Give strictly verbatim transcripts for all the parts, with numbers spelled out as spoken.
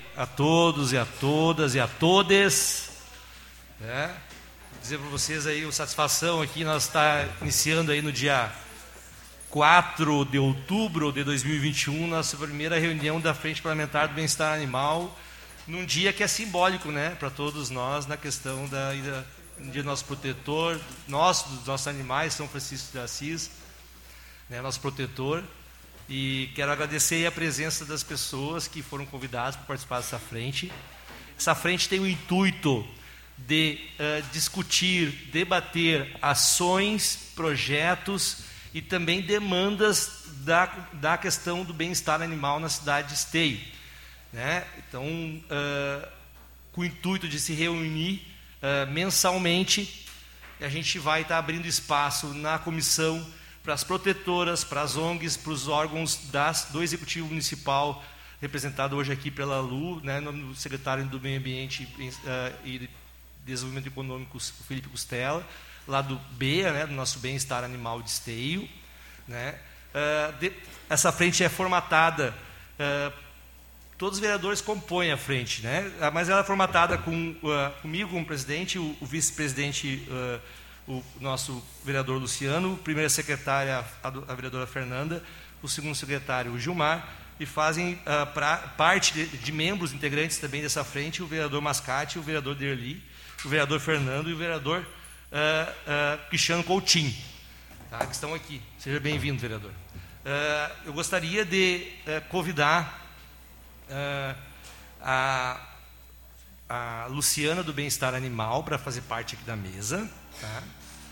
a todos e a todas e a todes. É, vou dizer para vocês aí, uma satisfação aqui, nós está iniciando aí no dia quatro de outubro de dois mil e vinte e um, nossa primeira reunião da Frente Parlamentar do Bem-Estar Animal, num dia que é simbólico, né, para todos nós, na questão da, da dia do nosso protetor, nosso, dos nossos animais, São Francisco de Assis, né, nosso protetor. E quero agradecer a presença das pessoas que foram convidadas para participar dessa frente. Essa frente tem o intuito de uh, discutir, debater ações, projetos e também demandas da, da questão do bem-estar animal na cidade de Esteio, né? Então, uh, com o intuito de se reunir uh, mensalmente, a gente vai estar abrindo espaço na comissão para as protetoras, para as O N Gs, para os órgãos das, do Executivo Municipal, representado hoje aqui pela Lu, né, no secretário do Meio Ambiente uh, e Desenvolvimento Econômico, Felipe Costela, lá do B E A, né, do nosso Bem-Estar Animal de Esteio. Né. Uh, de, essa frente é formatada, uh, todos os vereadores compõem a frente, né, mas ela é formatada com, uh, comigo como presidente, o, o vice-presidente uh, o nosso vereador Luciano, primeira secretária a, a vereadora Fernanda, o segundo secretário o Gilmar, e fazem uh, pra, parte de, de membros integrantes também dessa frente, o vereador Mascate, o vereador Derli, o vereador Fernando e o vereador uh, uh, Cristiano Coutinho, tá, que estão aqui. Seja bem-vindo, vereador. Uh, eu gostaria de uh, convidar uh, a, a Luciana do Bem-Estar Animal para fazer parte aqui da mesa. Tá?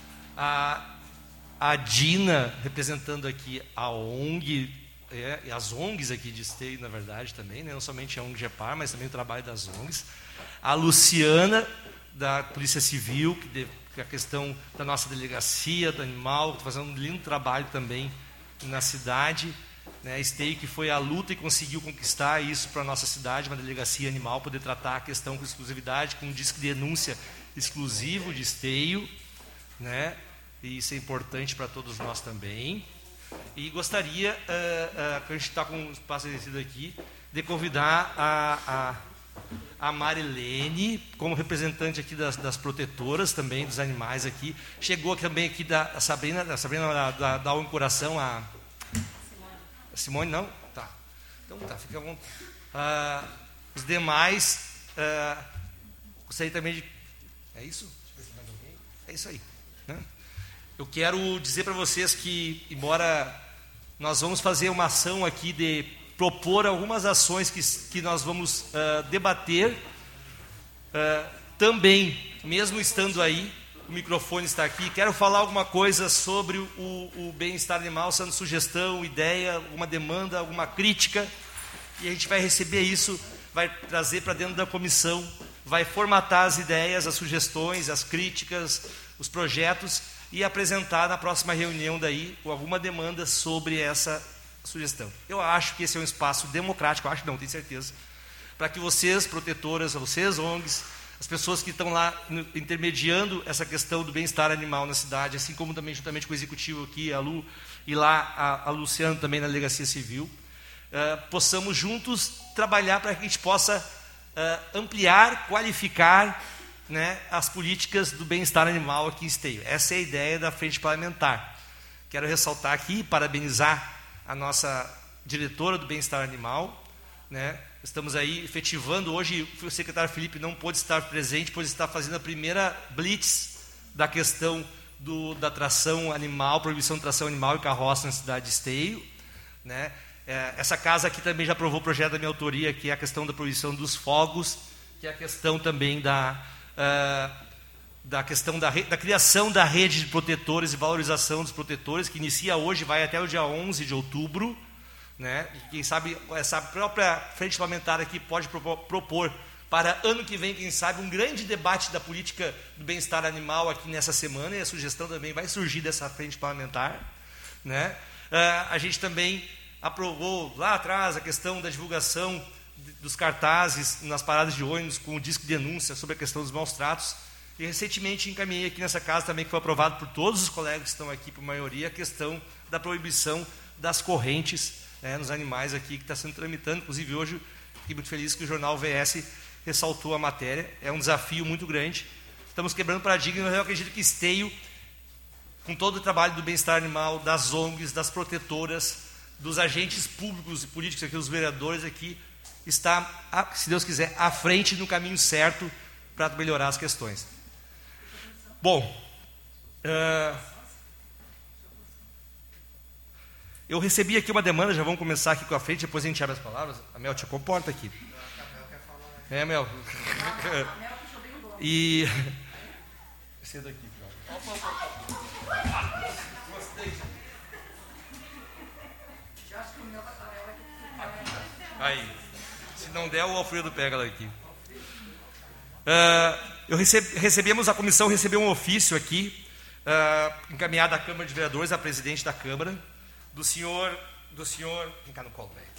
A, a Dina, representando aqui a O N G, é, e as O N Gs aqui de Esteio, na verdade, também, né? Não somente a O N G GEPAR, mas também o trabalho das O N Gs. A Luciana, da Polícia Civil, que, de, que é a questão da nossa delegacia do animal, está fazendo um lindo trabalho também na cidade. Né? Esteio, que foi a luta e conseguiu conquistar isso para a nossa cidade, uma delegacia animal, poder tratar a questão com exclusividade, com um disco de denúncia exclusivo de Esteio, né? E isso é importante para todos nós também. E gostaria, uh, uh, que a gente está com um espaço exercido aqui, de convidar a, a, a Marilene, como representante aqui das, das protetoras também, dos animais aqui. Chegou também aqui da a Sabrina, a Sabrina da, da, da O N G Coração, a Simone. A Simone, não? Tá. Então tá, fica à vontade. Uh, os demais, uh, gostaria também de... É isso? É isso aí. Né? Eu quero dizer para vocês que, embora nós vamos fazer uma ação aqui de propor algumas ações que, que nós vamos uh, debater, uh, também, mesmo estando aí, o microfone está aqui, quero falar alguma coisa sobre o, o bem-estar animal, sendo sugestão, ideia, alguma demanda, alguma crítica, e a gente vai receber isso, vai trazer para dentro da comissão, vai formatar as ideias, as sugestões, as críticas, os projetos e apresentar na próxima reunião daí alguma demanda sobre essa sugestão. Eu acho que esse é um espaço democrático, eu acho não, tenho certeza, para que vocês, protetoras, vocês, O N Gs, as pessoas que estão lá intermediando essa questão do bem-estar animal na cidade, assim como também juntamente com o executivo aqui, a Lu, e lá a, a Luciano também na Delegacia Civil, uh, possamos juntos trabalhar para que a gente possa Uh, ampliar, qualificar, né, as políticas do bem-estar animal aqui em Esteio. Essa é a ideia da frente parlamentar. Quero ressaltar aqui e parabenizar a nossa diretora do bem-estar animal. Né? Estamos aí efetivando, hoje o secretário Felipe não pôde estar presente, pois está fazendo a primeira blitz da questão do, da tração animal, proibição de tração animal e carroça na cidade de Esteio. Né? Essa casa aqui também já aprovou o projeto da minha autoria, que é a questão da proibição dos fogos, que é a questão também da, uh, da questão da, re, da criação da rede de protetores e valorização dos protetores, que inicia hoje, vai até o dia onze de outubro. Né? E quem sabe essa própria frente parlamentar aqui pode propor, propor para ano que vem, quem sabe, um grande debate da política do bem-estar animal aqui nessa semana, e a sugestão também vai surgir dessa frente parlamentar. Né? Uh, a gente também aprovou lá atrás a questão da divulgação dos cartazes nas paradas de ônibus com o disco de denúncia sobre a questão dos maus tratos. E recentemente encaminhei aqui nessa casa também, que foi aprovado por todos os colegas que estão aqui, por maioria, a questão da proibição das correntes, né, nos animais aqui, que está sendo tramitando. Inclusive hoje fiquei muito feliz que o jornal V S ressaltou a matéria. É um desafio muito grande. Estamos quebrando paradigma, mas eu acredito que Esteio, com todo o trabalho do bem-estar animal, das O N Gs, das protetoras, dos agentes públicos e políticos aqui, os vereadores aqui, está, se Deus quiser, à frente no caminho certo para melhorar as questões. Bom, uh, eu recebi aqui uma demanda, já vamos começar aqui com a frente, depois a gente abre as palavras. A Mel te comporta aqui. É, Mel. E... Esse daqui, gostei. Aí, se não der, o Alfredo pega ela aqui. Uh, eu recebi, recebemos, a comissão recebeu um ofício aqui, uh, encaminhado à Câmara de Vereadores, à presidente da Câmara, do senhor, do senhor, vem cá no colo, velho.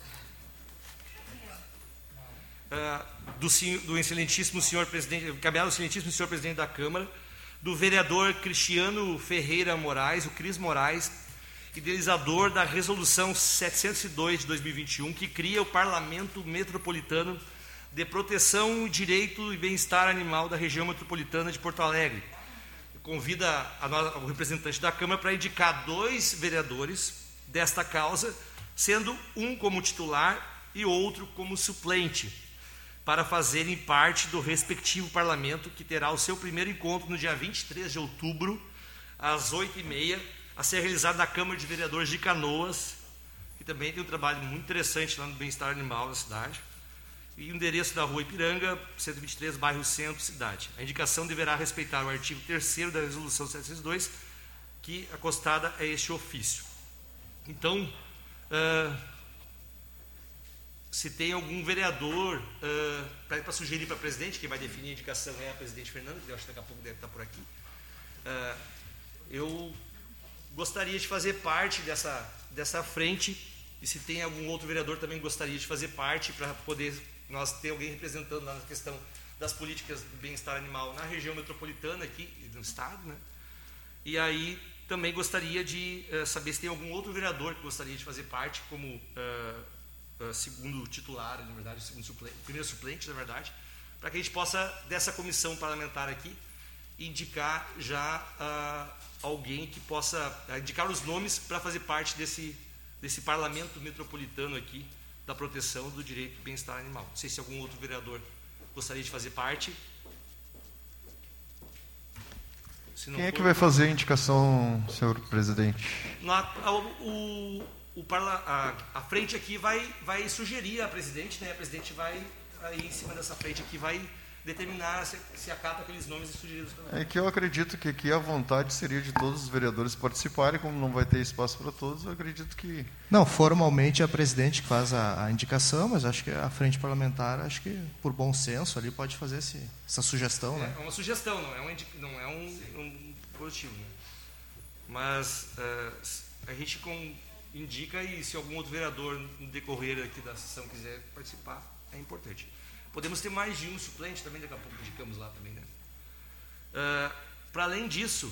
Uh, do, do excelentíssimo senhor presidente, encaminhado ao excelentíssimo senhor presidente da Câmara, do vereador Cristiano Ferreira Moraes, o Cris Moraes, idealizador da resolução setecentos e dois de dois mil e vinte e um, que cria o Parlamento Metropolitano de Proteção, Direito e Bem-Estar Animal da região metropolitana de Porto Alegre. Convida a nós, o representante da Câmara para indicar dois vereadores desta causa, sendo um como titular e outro como suplente, para fazerem parte do respectivo parlamento, que terá o seu primeiro encontro no dia vinte e três de outubro, às oito e meia, a ser realizado na Câmara de Vereadores de Canoas, que também tem um trabalho muito interessante lá no bem-estar animal da cidade. E o endereço da Rua Ipiranga, cento e vinte e três, bairro Centro, cidade. A indicação deverá respeitar o artigo terceiro da resolução setecentos e dois, que acostada é este ofício. Então, uh, se tem algum vereador uh, para sugerir para a presidente, quem vai definir a indicação é a presidente Fernanda, que eu acho que daqui a pouco deve estar por aqui. Uh, eu gostaria de fazer parte dessa, dessa frente, e se tem algum outro vereador também gostaria de fazer parte, para poder nós ter alguém representando na questão das políticas do bem-estar animal na região metropolitana aqui no estado, né? E aí também gostaria de uh, saber se tem algum outro vereador que gostaria de fazer parte como uh, uh, segundo titular, na verdade, segundo suplente, primeiro suplente, na verdade, para que a gente possa, dessa comissão parlamentar aqui, indicar já uh, alguém que possa uh, indicar os nomes para fazer parte desse, desse parlamento metropolitano aqui da proteção do direito do bem-estar animal. Não sei se algum outro vereador gostaria de fazer parte. Se não Quem é for, que vai fazer a indicação, senhor presidente? Na, o, o, o parla, a, a frente aqui vai, vai sugerir a presidente, né? A presidente vai, aí em cima dessa frente aqui, vai determinar se, se acata aqueles nomes sugeridos também. É que eu acredito que aqui a vontade seria de todos os vereadores participarem, como não vai ter espaço para todos, eu acredito que... Não, formalmente é a presidente que faz a, a indicação, mas acho que a frente parlamentar, acho que por bom senso ali pode fazer esse, essa sugestão, é, né? É uma sugestão, não é um, não é um, um positivo, né? Mas uh, a gente com, indica, e se algum outro vereador no decorrer aqui da sessão quiser participar, é importante. Podemos ter mais de um suplente também, daqui a pouco indicamos lá também, né? Uh, para além disso,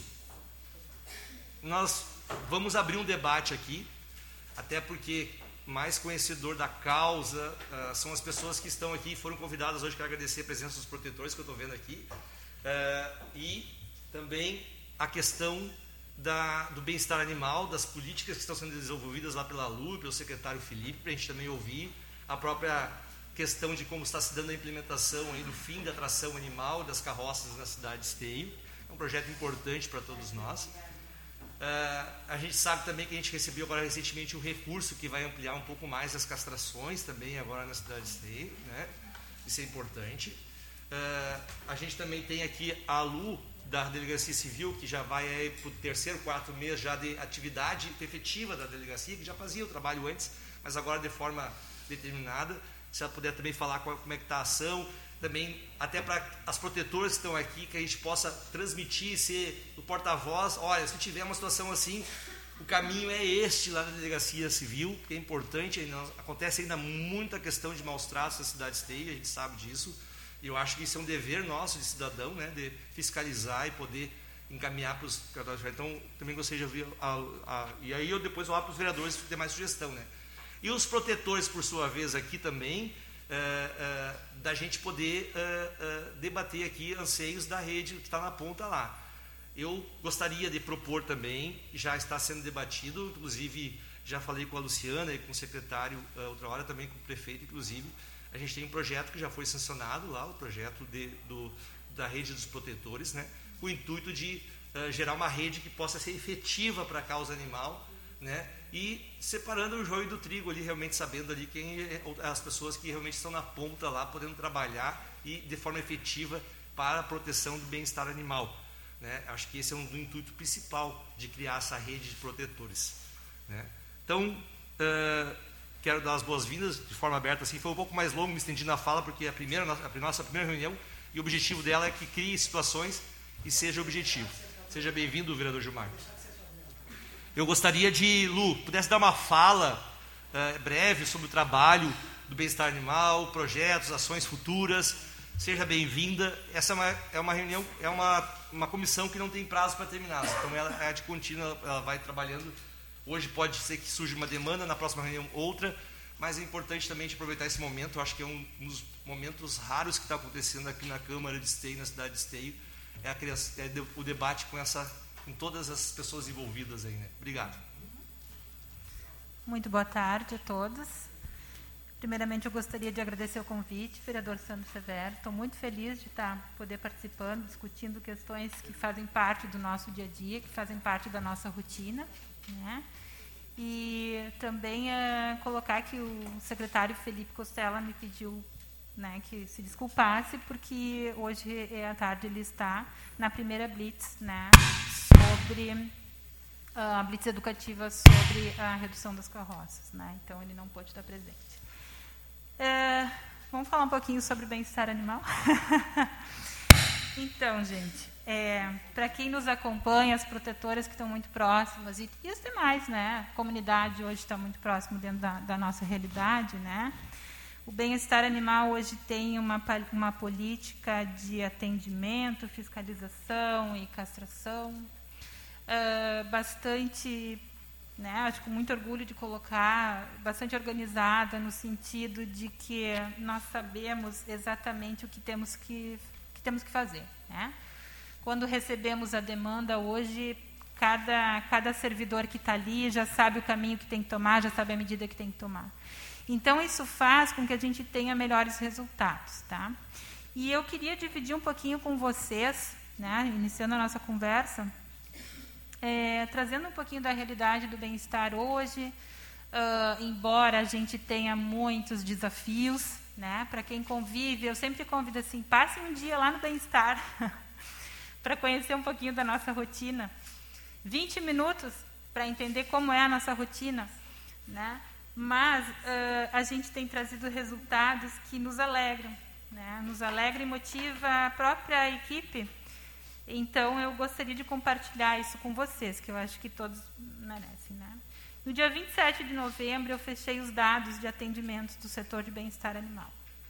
nós vamos abrir um debate aqui, até porque mais conhecedor da causa uh, são as pessoas que estão aqui e foram convidadas hoje. Quero agradecer a presença dos protetores que eu estou vendo aqui, uh, e também a questão da, do bem-estar animal, das políticas que estão sendo desenvolvidas lá pela L U, pelo secretário Felipe, para a gente também ouvir a própria questão de como está se dando a implementação aí do fim da tração animal das carroças na cidade de Esteio. É um projeto importante para todos nós. Uh, a gente sabe também que a gente recebeu agora recentemente um recurso que vai ampliar um pouco mais as castrações também agora na cidade de Esteio, né? Isso é importante. Uh, a gente também tem aqui a L U da Delegacia Civil, que já vai para o terceiro, quarto mês já de atividade efetiva da delegacia, que já fazia o trabalho antes, mas agora de forma determinada. Se ela puder também falar como é que está a ação, também até para as protetoras que estão aqui, que a gente possa transmitir, ser o porta-voz. Olha, se tiver uma situação assim, o caminho é este lá da Delegacia Civil, que é importante. Ainda, acontece ainda muita questão de maus tratos na cidade de Esteio, a gente sabe disso, e eu acho que isso é um dever nosso de cidadão, né, de fiscalizar e poder encaminhar para os cartórios. Então, também gostaria de ouvir, a, a, e aí eu depois vou lá para os vereadores ter mais sugestão, né. E os protetores, por sua vez, aqui também, uh, uh, da gente poder uh, uh, debater aqui anseios da rede que está na ponta lá. Eu gostaria de propor também, já está sendo debatido, inclusive já falei com a Luciana e com o secretário uh, outra hora, também com o prefeito, inclusive, a gente tem um projeto que já foi sancionado lá, o projeto de, do, da rede dos protetores, né, com o intuito de uh, gerar uma rede que possa ser efetiva para a causa animal, né, e separando o joio do trigo ali, realmente sabendo ali quem é, as pessoas que realmente estão na ponta lá, podendo trabalhar e de forma efetiva para a proteção do bem-estar animal, né. Acho que esse é um do intuito principal de criar essa rede de protetores, né. Então, uh, quero dar as boas-vindas de forma aberta, assim, foi um pouco mais longo, me estendi na fala, porque a, primeira, a nossa primeira reunião, e o objetivo dela é que crie situações e seja objetivo. Seja bem-vindo, vereador Gilmar. Eu gostaria de, Lu, pudesse dar uma fala uh, breve sobre o trabalho do bem-estar animal, projetos, ações futuras. Seja bem-vinda. Essa é uma, é uma reunião, é uma, uma comissão que não tem prazo para terminar, então ela é de contínua, ela vai trabalhando. Hoje pode ser que surja uma demanda, na próxima reunião outra, mas é importante também aproveitar esse momento. Eu acho que é um dos momentos raros que está acontecendo aqui na Câmara de Esteio, na cidade de Esteio, é, a criação, é o debate com, essa, com todas as pessoas envolvidas aí, né? Obrigado. Muito boa tarde a todos. Primeiramente, eu gostaria de agradecer o convite, vereador Sandro Severo. Estou muito feliz de estar poder participando, discutindo questões que fazem parte do nosso dia a dia, que fazem parte da nossa rotina, né? E também uh, colocar que o secretário Felipe Costela me pediu, né, que se desculpasse, porque hoje à tarde ele está na primeira Blitz, né, sobre uh, a Blitz educativa sobre a redução das carroças, né? Então ele não pôde estar presente. Uh, vamos falar um pouquinho sobre bem-estar animal? Então, gente, é, para quem nos acompanha, as protetoras que estão muito próximas e, e os demais, né? A comunidade hoje está muito próximo dentro da, da nossa realidade, né? O bem-estar animal hoje tem uma, uma política de atendimento, fiscalização e castração, uh, bastante, né? Acho com muito orgulho de colocar, bastante organizada no sentido de que nós sabemos exatamente o que temos que temos que fazer, né? Quando recebemos a demanda hoje, cada, cada servidor que está ali já sabe o caminho que tem que tomar, já sabe a medida que tem que tomar. Então, isso faz com que a gente tenha melhores resultados, tá? E eu queria dividir um pouquinho com vocês, né, iniciando a nossa conversa, é, trazendo um pouquinho da realidade do bem-estar hoje, uh, embora a gente tenha muitos desafios, né? Para quem convive, eu sempre convido assim, passe um dia lá no bem-estar para conhecer um pouquinho da nossa rotina. vinte minutos para entender como é a nossa rotina, né? Mas uh, a gente tem trazido resultados que nos alegram, né? Nos alegra e motiva a própria equipe. Então, eu gostaria de compartilhar isso com vocês, que eu acho que todos merecem, né? No dia vinte e sete de novembro, eu fechei os dados de atendimentos do setor de bem-estar animal.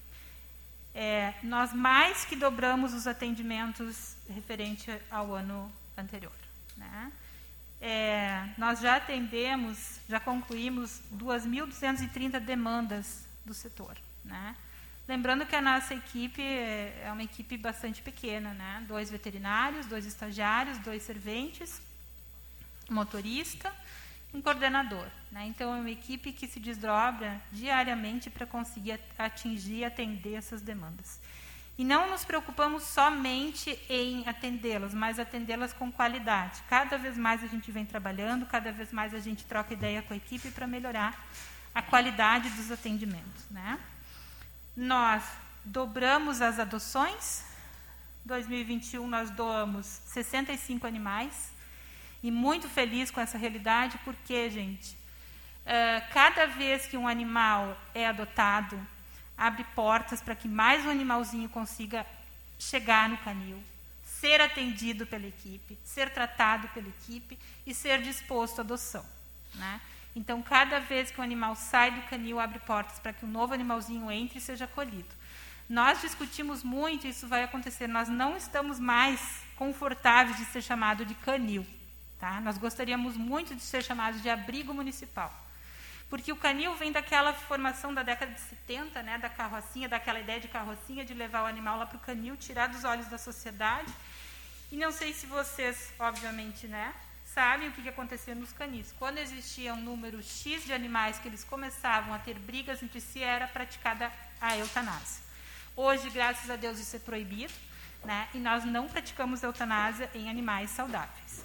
É, nós mais que dobramos os atendimentos referente ao ano anterior, né? É, nós já atendemos, já concluímos duas mil duzentas e trinta demandas do setor, né? Lembrando que a nossa equipe é uma equipe bastante pequena, né? Dois veterinários, dois estagiários, dois serventes, motorista, um coordenador, né? Então, é uma equipe que se desdobra diariamente para conseguir atingir e atender essas demandas. E não nos preocupamos somente em atendê-las, mas atendê-las com qualidade. Cada vez mais a gente vem trabalhando, cada vez mais a gente troca ideia com a equipe para melhorar a qualidade dos atendimentos, né? Nós dobramos as adoções. Em dois mil e vinte e um, nós doamos sessenta e cinco animais. E muito feliz com essa realidade, porque, gente, uh, cada vez que um animal é adotado, abre portas para que mais um animalzinho consiga chegar no canil, ser atendido pela equipe, ser tratado pela equipe e ser disposto à adoção, né? Então, cada vez que o animal sai do canil, abre portas para que um novo animalzinho entre e seja acolhido. Nós discutimos muito, isso vai acontecer, nós não estamos mais confortáveis de ser chamado de canil, tá? Nós gostaríamos muito de ser chamados de abrigo municipal, porque o canil vem daquela formação da década de setenta, né, da carrocinha, daquela ideia de carrocinha, de levar o animal lá para o canil, tirar dos olhos da sociedade. E não sei se vocês, obviamente, né, sabem o que, que acontecia nos canis. Quando existia um número X de animais que eles começavam a ter brigas entre si, era praticada a eutanásia. Hoje, graças a Deus, isso é proibido, né, e nós não praticamos eutanásia em animais saudáveis.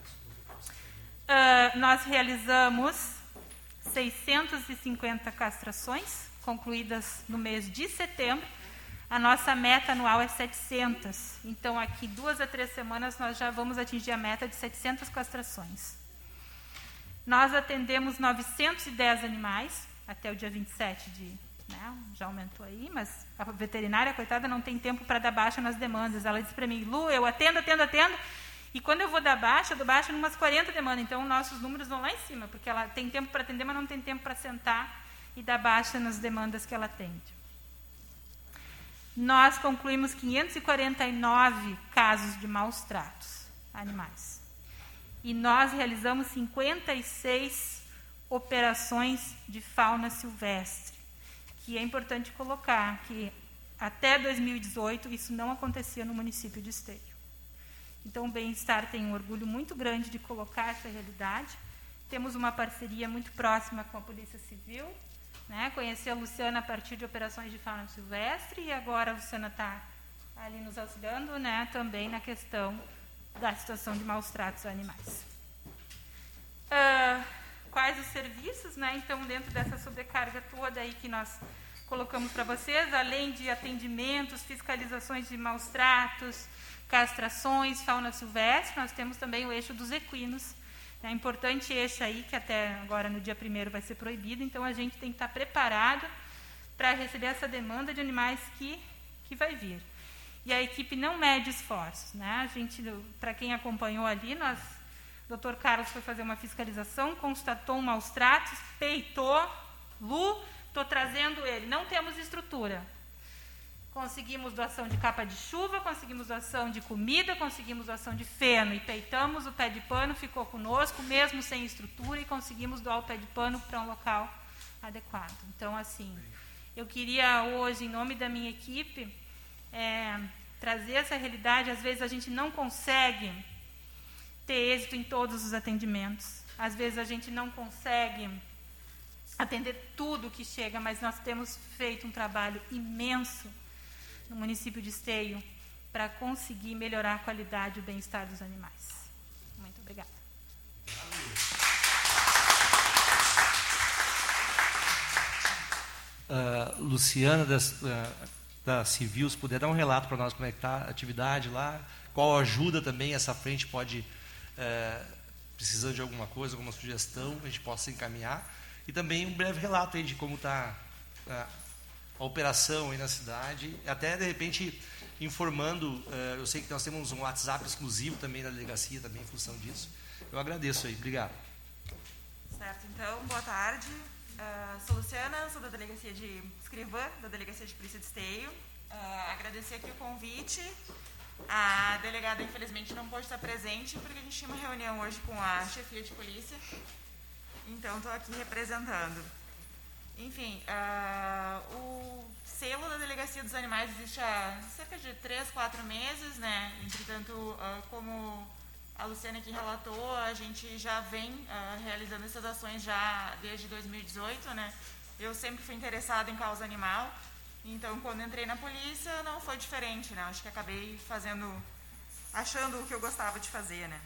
Uh, nós realizamos seiscentas e cinquenta castrações, concluídas no mês de setembro. A nossa meta anual é setecentas. Então, aqui, duas a três semanas, nós já vamos atingir a meta de setecentas castrações. Nós atendemos novecentos e dez animais, até o dia vinte e sete de... Né, já aumentou aí, mas a veterinária, coitada, não tem tempo para dar baixa nas demandas. Ela disse para mim, Lu, eu atendo, atendo, atendo, e quando eu vou dar baixa, eu dou baixa em umas quarenta demandas. Então, nossos números vão lá em cima, porque ela tem tempo para atender, mas não tem tempo para sentar e dar baixa nas demandas que ela atende. Nós concluímos quinhentos e quarenta e nove casos de maus tratos a animais. E nós realizamos cinquenta e seis operações de fauna silvestre, que é importante colocar que até dois mil e dezoito isso não acontecia no município de Esteio. Então, o Bem-Estar tem um orgulho muito grande de colocar essa realidade. Temos uma parceria muito próxima com a Polícia Civil, né? Conheci a Luciana a partir de operações de fauna silvestre, e agora a Luciana está ali nos auxiliando, né, também na questão da situação de maus tratos a animais. Uh, quais os serviços, né? Então, dentro dessa sobrecarga toda aí que nós colocamos para vocês, além de atendimentos, fiscalizações de maus tratos, castrações, fauna silvestre, nós temos também o eixo dos equinos. É importante eixo aí, que até agora no dia primeiro vai ser proibido, então a gente tem que estar preparado para receber essa demanda de animais que, que vai vir. E a equipe não mede esforços, né? A gente, para quem acompanhou ali, nós, o doutor Carlos foi fazer uma fiscalização, constatou um maus tratos, peitou, Lu, estou trazendo ele, não temos estrutura. Conseguimos doação de capa de chuva, conseguimos doação de comida, conseguimos doação de feno e peitamos o pé de pano, ficou conosco, mesmo sem estrutura, e conseguimos doar o pé de pano para um local adequado. Então, assim, eu queria hoje, em nome da minha equipe, é, trazer essa realidade. Às vezes a gente não consegue ter êxito em todos os atendimentos, às vezes a gente não consegue atender tudo que chega, mas nós temos feito um trabalho imenso no município de Esteio para conseguir melhorar a qualidade e o bem-estar dos animais. Muito obrigada. Uh, Luciana, das, uh, da Civil, se puder dar um relato para nós como é que está a atividade lá, qual ajuda também essa frente pode, uh, precisando de alguma coisa, alguma sugestão, a gente possa encaminhar, e também um breve relato aí de como está uh, a operação aí na cidade, até de repente informando, uh, eu sei que nós temos um WhatsApp exclusivo também da delegacia, também em função disso. Eu agradeço aí, obrigado. Certo, então, boa tarde. Uh, sou Luciana, sou da delegacia de escrivã, da delegacia de polícia de Esteio. Uh, agradecer aqui o convite. A delegada, infelizmente, não pôde estar presente, porque a gente tinha uma reunião hoje com a chefia de polícia. Então, estou aqui representando. Enfim, uh, o selo da Delegacia dos Animais existe há cerca de três, quatro meses, né? Entretanto, uh, como a Luciana aqui relatou, a gente já vem uh, realizando essas ações já desde dois mil e dezoito, né? Eu sempre fui interessada em causa animal, então quando entrei na polícia não foi diferente, né? Acho que acabei fazendo, achando o que eu gostava de fazer, né?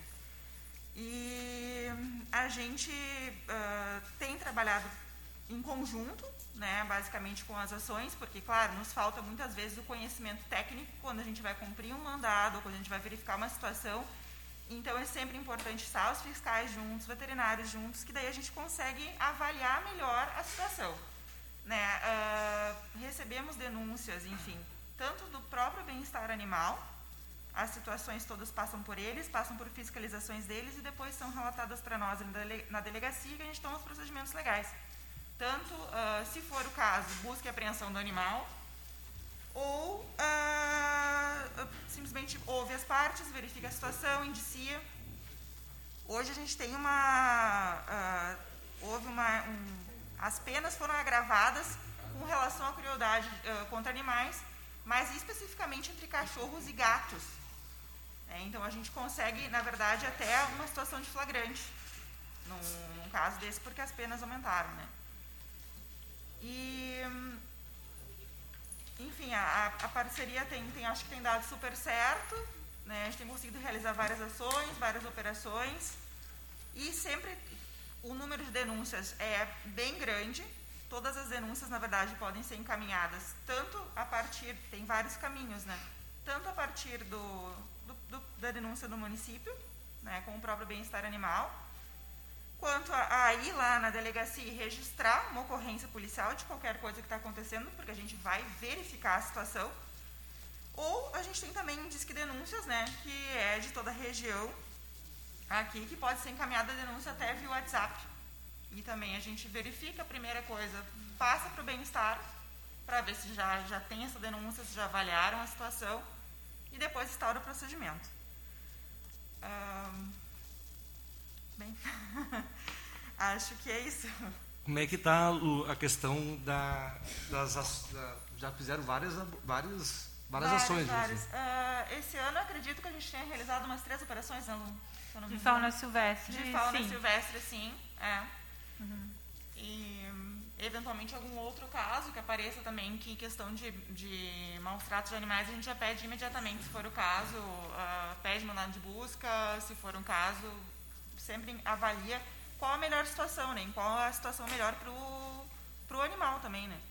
E a gente uh, tem trabalhado em conjunto, né, basicamente com as ações, porque, claro, nos falta muitas vezes o conhecimento técnico quando a gente vai cumprir um mandado, ou quando a gente vai verificar uma situação. Então, é sempre importante estar os fiscais juntos, veterinários juntos, que daí a gente consegue avaliar melhor a situação. Né? Uh, recebemos denúncias, enfim, tanto do próprio bem-estar animal, as situações todas passam por eles, passam por fiscalizações deles e depois são relatadas para nós na delegacia, que a gente toma os procedimentos legais. Tanto, uh, se for o caso, busca e apreensão do animal, ou uh, simplesmente ouve as partes, verifica a situação, indicia. Hoje a gente tem uma... Uh, houve uma... Um, As penas foram agravadas com relação à crueldade uh, contra animais, mas especificamente entre cachorros e gatos. É, então, a gente consegue, na verdade, até uma situação de flagrante, num, num caso desse, porque as penas aumentaram, né? E, enfim, a, a parceria tem, tem, acho que tem dado super certo, né? A gente tem conseguido realizar várias ações, várias operações, e sempre o número de denúncias é bem grande. Todas as denúncias, na verdade, podem ser encaminhadas tanto a partir, tem vários caminhos, né? Tanto a partir do, do, do, da denúncia do município, né, com o próprio bem-estar animal, quanto a, a ir lá na delegacia e registrar uma ocorrência policial de qualquer coisa que está acontecendo, porque a gente vai verificar a situação. Ou a gente tem também um disque denúncias, né, que é de toda a região aqui, que pode ser encaminhada a denúncia até via WhatsApp. E também a gente verifica a primeira coisa, passa para o bem-estar, para ver se já, já tem essa denúncia, se já avaliaram a situação, e depois instaura o procedimento. Hum, bem, acho que é isso. Como é que está a questão da, das... Da, já fizeram várias, várias, várias várias ações. Várias. Uh, esse ano, acredito que a gente tenha realizado umas três operações, não, se eu não me De fauna silvestre. De fauna sim. silvestre, sim. É. Uhum. E, eventualmente, algum outro caso que apareça também, que em questão de, de maus tratos de animais, a gente já pede imediatamente, se for o caso, uh, pede mandado de busca, se for um caso, sempre avalia qual a melhor situação, né? Qual a situação melhor pro, pro animal também, né?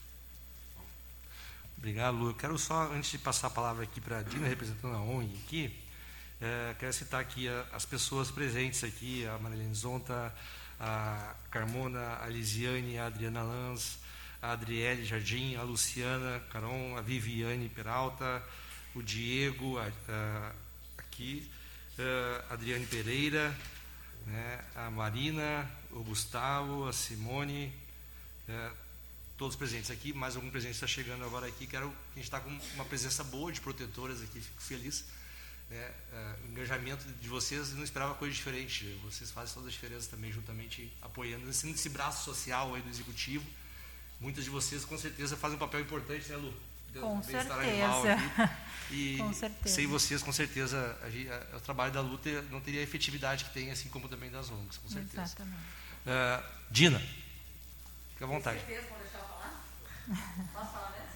Obrigado, Lu. Eu quero só, antes de passar a palavra aqui para a Dina, representando a O N G aqui, é, quero citar aqui a, as pessoas presentes aqui, a Marilene Zonta, a Carmona, a Lisiane, a Adriana Lanz, a Adriele Jardim, a Luciana Caron, a Viviane Peralta, o Diego, a, a, aqui, a Adriane Pereira, né, a Marina, o Gustavo, a Simone, é, todos presentes aqui. Mais algum presente está chegando agora aqui. Quero, a gente está com uma presença boa de protetoras aqui, fico feliz. É, é, o engajamento de vocês, não esperava coisa diferente. Vocês fazem toda a diferença também, juntamente apoiando esse, esse braço social aí do executivo. Muitas de vocês com certeza fazem um papel importante, né, Lu? Com bem-estar certeza. animal aqui. E com certeza. Sem vocês, com certeza, a, a, o trabalho da luta não teria a efetividade que tem, assim como também das O N Gs, com certeza. Exatamente. Uh, Dina, fica à vontade. Com certeza, vou deixar eu falar? Posso falar mesmo?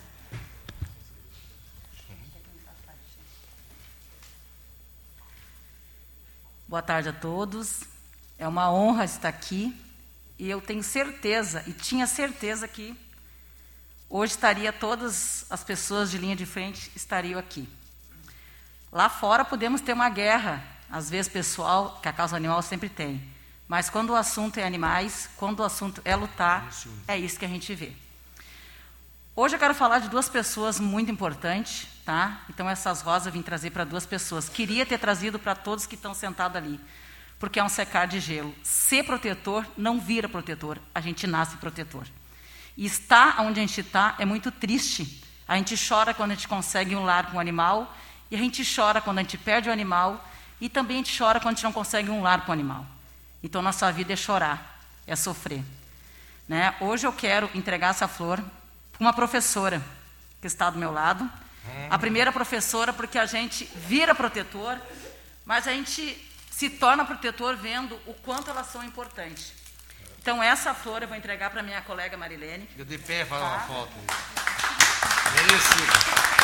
Boa tarde a todos. É uma honra estar aqui e eu tenho certeza, e tinha certeza que hoje estaria todas as pessoas de linha de frente estariam aqui. Lá fora podemos ter uma guerra, às vezes pessoal, que a causa animal sempre tem. Mas quando o assunto é animais, quando o assunto é lutar, é isso que a gente vê. Hoje eu quero falar de duas pessoas muito importantes, tá? Então essas rosas eu vim trazer para duas pessoas. Queria ter trazido para todos que estão sentados ali, porque é um secar de gelo. Ser protetor não vira protetor, a gente nasce protetor. E estar onde a gente está é muito triste. A gente chora quando a gente consegue um lar com um animal, e a gente chora quando a gente perde o animal, e também a gente chora quando a gente não consegue um lar com o animal. Então nossa vida é chorar, é sofrer. Né? Hoje eu quero entregar essa flor para uma professora que está do meu lado. A primeira professora, porque a gente vira protetor, mas a gente se torna protetor vendo o quanto elas são importantes. Então, essa flor eu vou entregar para minha colega Marilene. Fica de pé, fala uma foto. Merecido.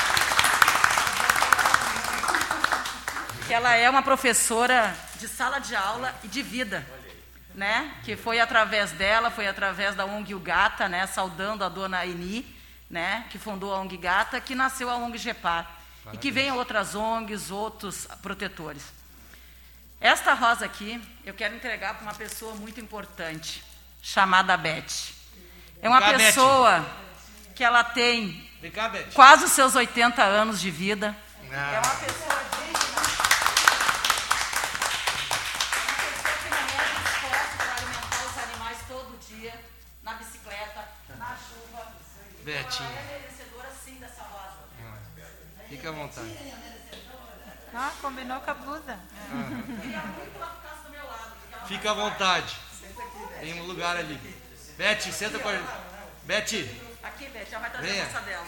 Que ela é uma professora de sala de aula e de vida, né? Que foi através dela, foi através da O N G O Gata, né? Saudando a dona Eni, né, que fundou a O N G Gata, que nasceu a O N G Gepar. Parabéns. E que vem outras O N Gs, outros protetores. Esta rosa aqui, eu quero entregar para uma pessoa muito importante, chamada Beth. É uma cá, pessoa Beth. Que ela tem cá, quase os seus oitenta anos de vida. Ah. É uma pessoa digna. É uma pessoa que não é disposta para alimentar os animais todo dia, na bicicleta, na chuva. Betinha. Ela é merecedora sim dessa rosa. Ah. Fica à vontade. Ah, combinou com a blusa. Ah. Fica à vontade. Tem um lugar ali. Beth, senta com a... Beth. Aqui, Beth, ela vai trazer Venha. a moça dela.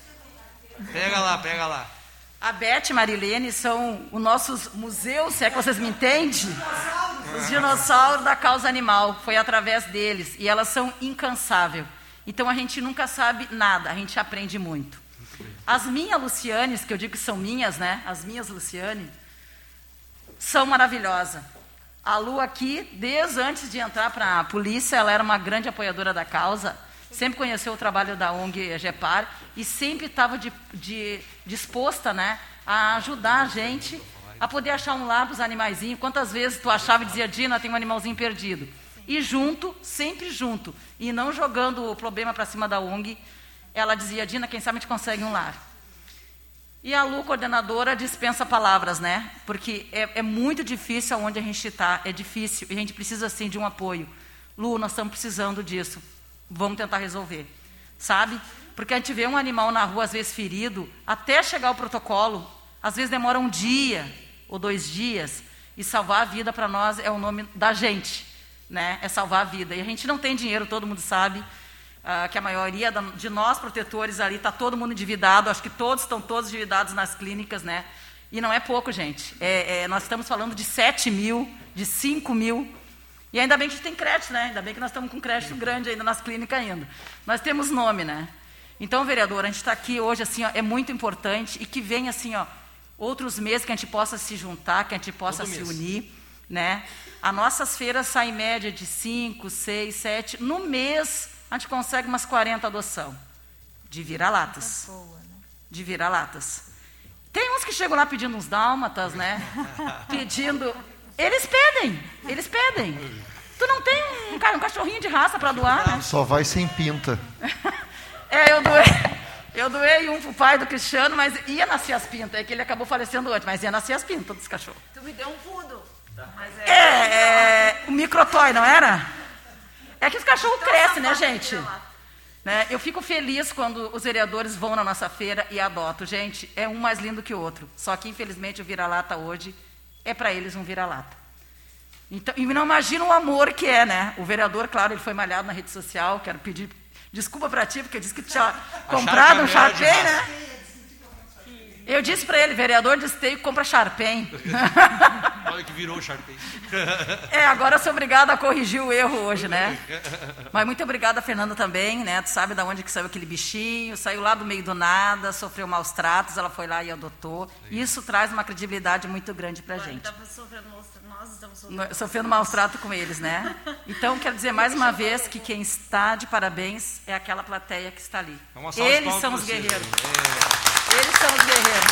Pega lá, pega lá. A Beth e Marilene são os nossos museus, se é que vocês me entendem, os dinossauros da causa animal. Foi através deles. E elas são incansáveis. Então a gente nunca sabe nada, a gente aprende muito. As minhas Lucianes, que eu digo que são minhas, né? As minhas Luciane, são maravilhosas. A Lu aqui, desde antes de entrar para a polícia, ela era uma grande apoiadora da causa. Sempre conheceu o trabalho da O N G Gepar e sempre estava de, de, disposta, né, a ajudar a gente a poder achar um lar para os animaizinhos. Quantas vezes tu achava e dizia, Dina, tem um animalzinho perdido. E junto, sempre junto, e não jogando o problema para cima da O N G, ela dizia, Dina, quem sabe a gente consegue um lar. E a Lu, coordenadora, dispensa palavras, né? Porque é, é muito difícil onde a gente está, é difícil, e a gente precisa, sim, de um apoio. Lu, nós estamos precisando disso. Vamos tentar resolver, sabe? Porque a gente vê um animal na rua, às vezes ferido, até chegar o protocolo, às vezes demora um dia ou dois dias, e salvar a vida para nós é o nome da gente, né? É salvar a vida. E a gente não tem dinheiro, todo mundo sabe, uh, que a maioria da, de nós protetores ali está todo mundo endividado, acho que todos estão todos endividados nas clínicas, né? E não é pouco, gente. É, é, nós estamos falando de sete mil, de cinco mil. E ainda bem que a gente tem crédito, né? Ainda bem que nós estamos com crédito grande ainda nas clínicas ainda. Nós temos nome, né? Então, vereador, a gente está aqui hoje, assim, ó, é muito importante e que venha, assim, ó, outros meses que a gente possa se juntar, que a gente possa Todo se mês. unir, né? As nossas feiras saem em média de cinco, seis, sete. No mês, a gente consegue umas quarenta adoção de vira-latas. Boa, né? De vira-latas. Tem uns que chegam lá pedindo uns dálmatas, né? Pedindo... Eles pedem, eles pedem. Tu não tem um, ca- um cachorrinho de raça para doar, né? Só vai sem pinta. É, eu doei, eu doei um pro pai do Cristiano, mas ia nascer as pintas. É que ele acabou falecendo antes, mas ia nascer as pintas dos cachorros. Tu me deu um pudo. Mas É, é o microtoy, não era? É que os cachorros crescem, né, gente? Né? Eu fico feliz quando os vereadores vão na nossa feira e adotam. Gente, é um mais lindo que o outro. Só que, infelizmente, o vira-lata hoje é para eles um vira-lata. Então, e não imagina o amor que é, né? O vereador, claro, ele foi malhado na rede social. Quero pedir desculpa para ti, porque disse que tinha comprado um Sharpei, né? Eu disse para ele, vereador de esteio, compra Sharpei. Olha que virou o Sharpei. É, agora eu sou obrigada a corrigir o erro hoje, né? Mas muito obrigada, Fernanda, também, né? Tu sabe de onde que saiu aquele bichinho, saiu lá do meio do nada, sofreu maus tratos, ela foi lá e adotou. Isso traz uma credibilidade muito grande pra gente. nós estamos sofrendo. No- Sofrendo maus tratos com eles, né? Então, quero dizer mais uma vez que quem está de parabéns é aquela plateia que está ali. Uma salva de Eles palmas são pra os vocês, guerreiros. né? Eles são os guerreiros.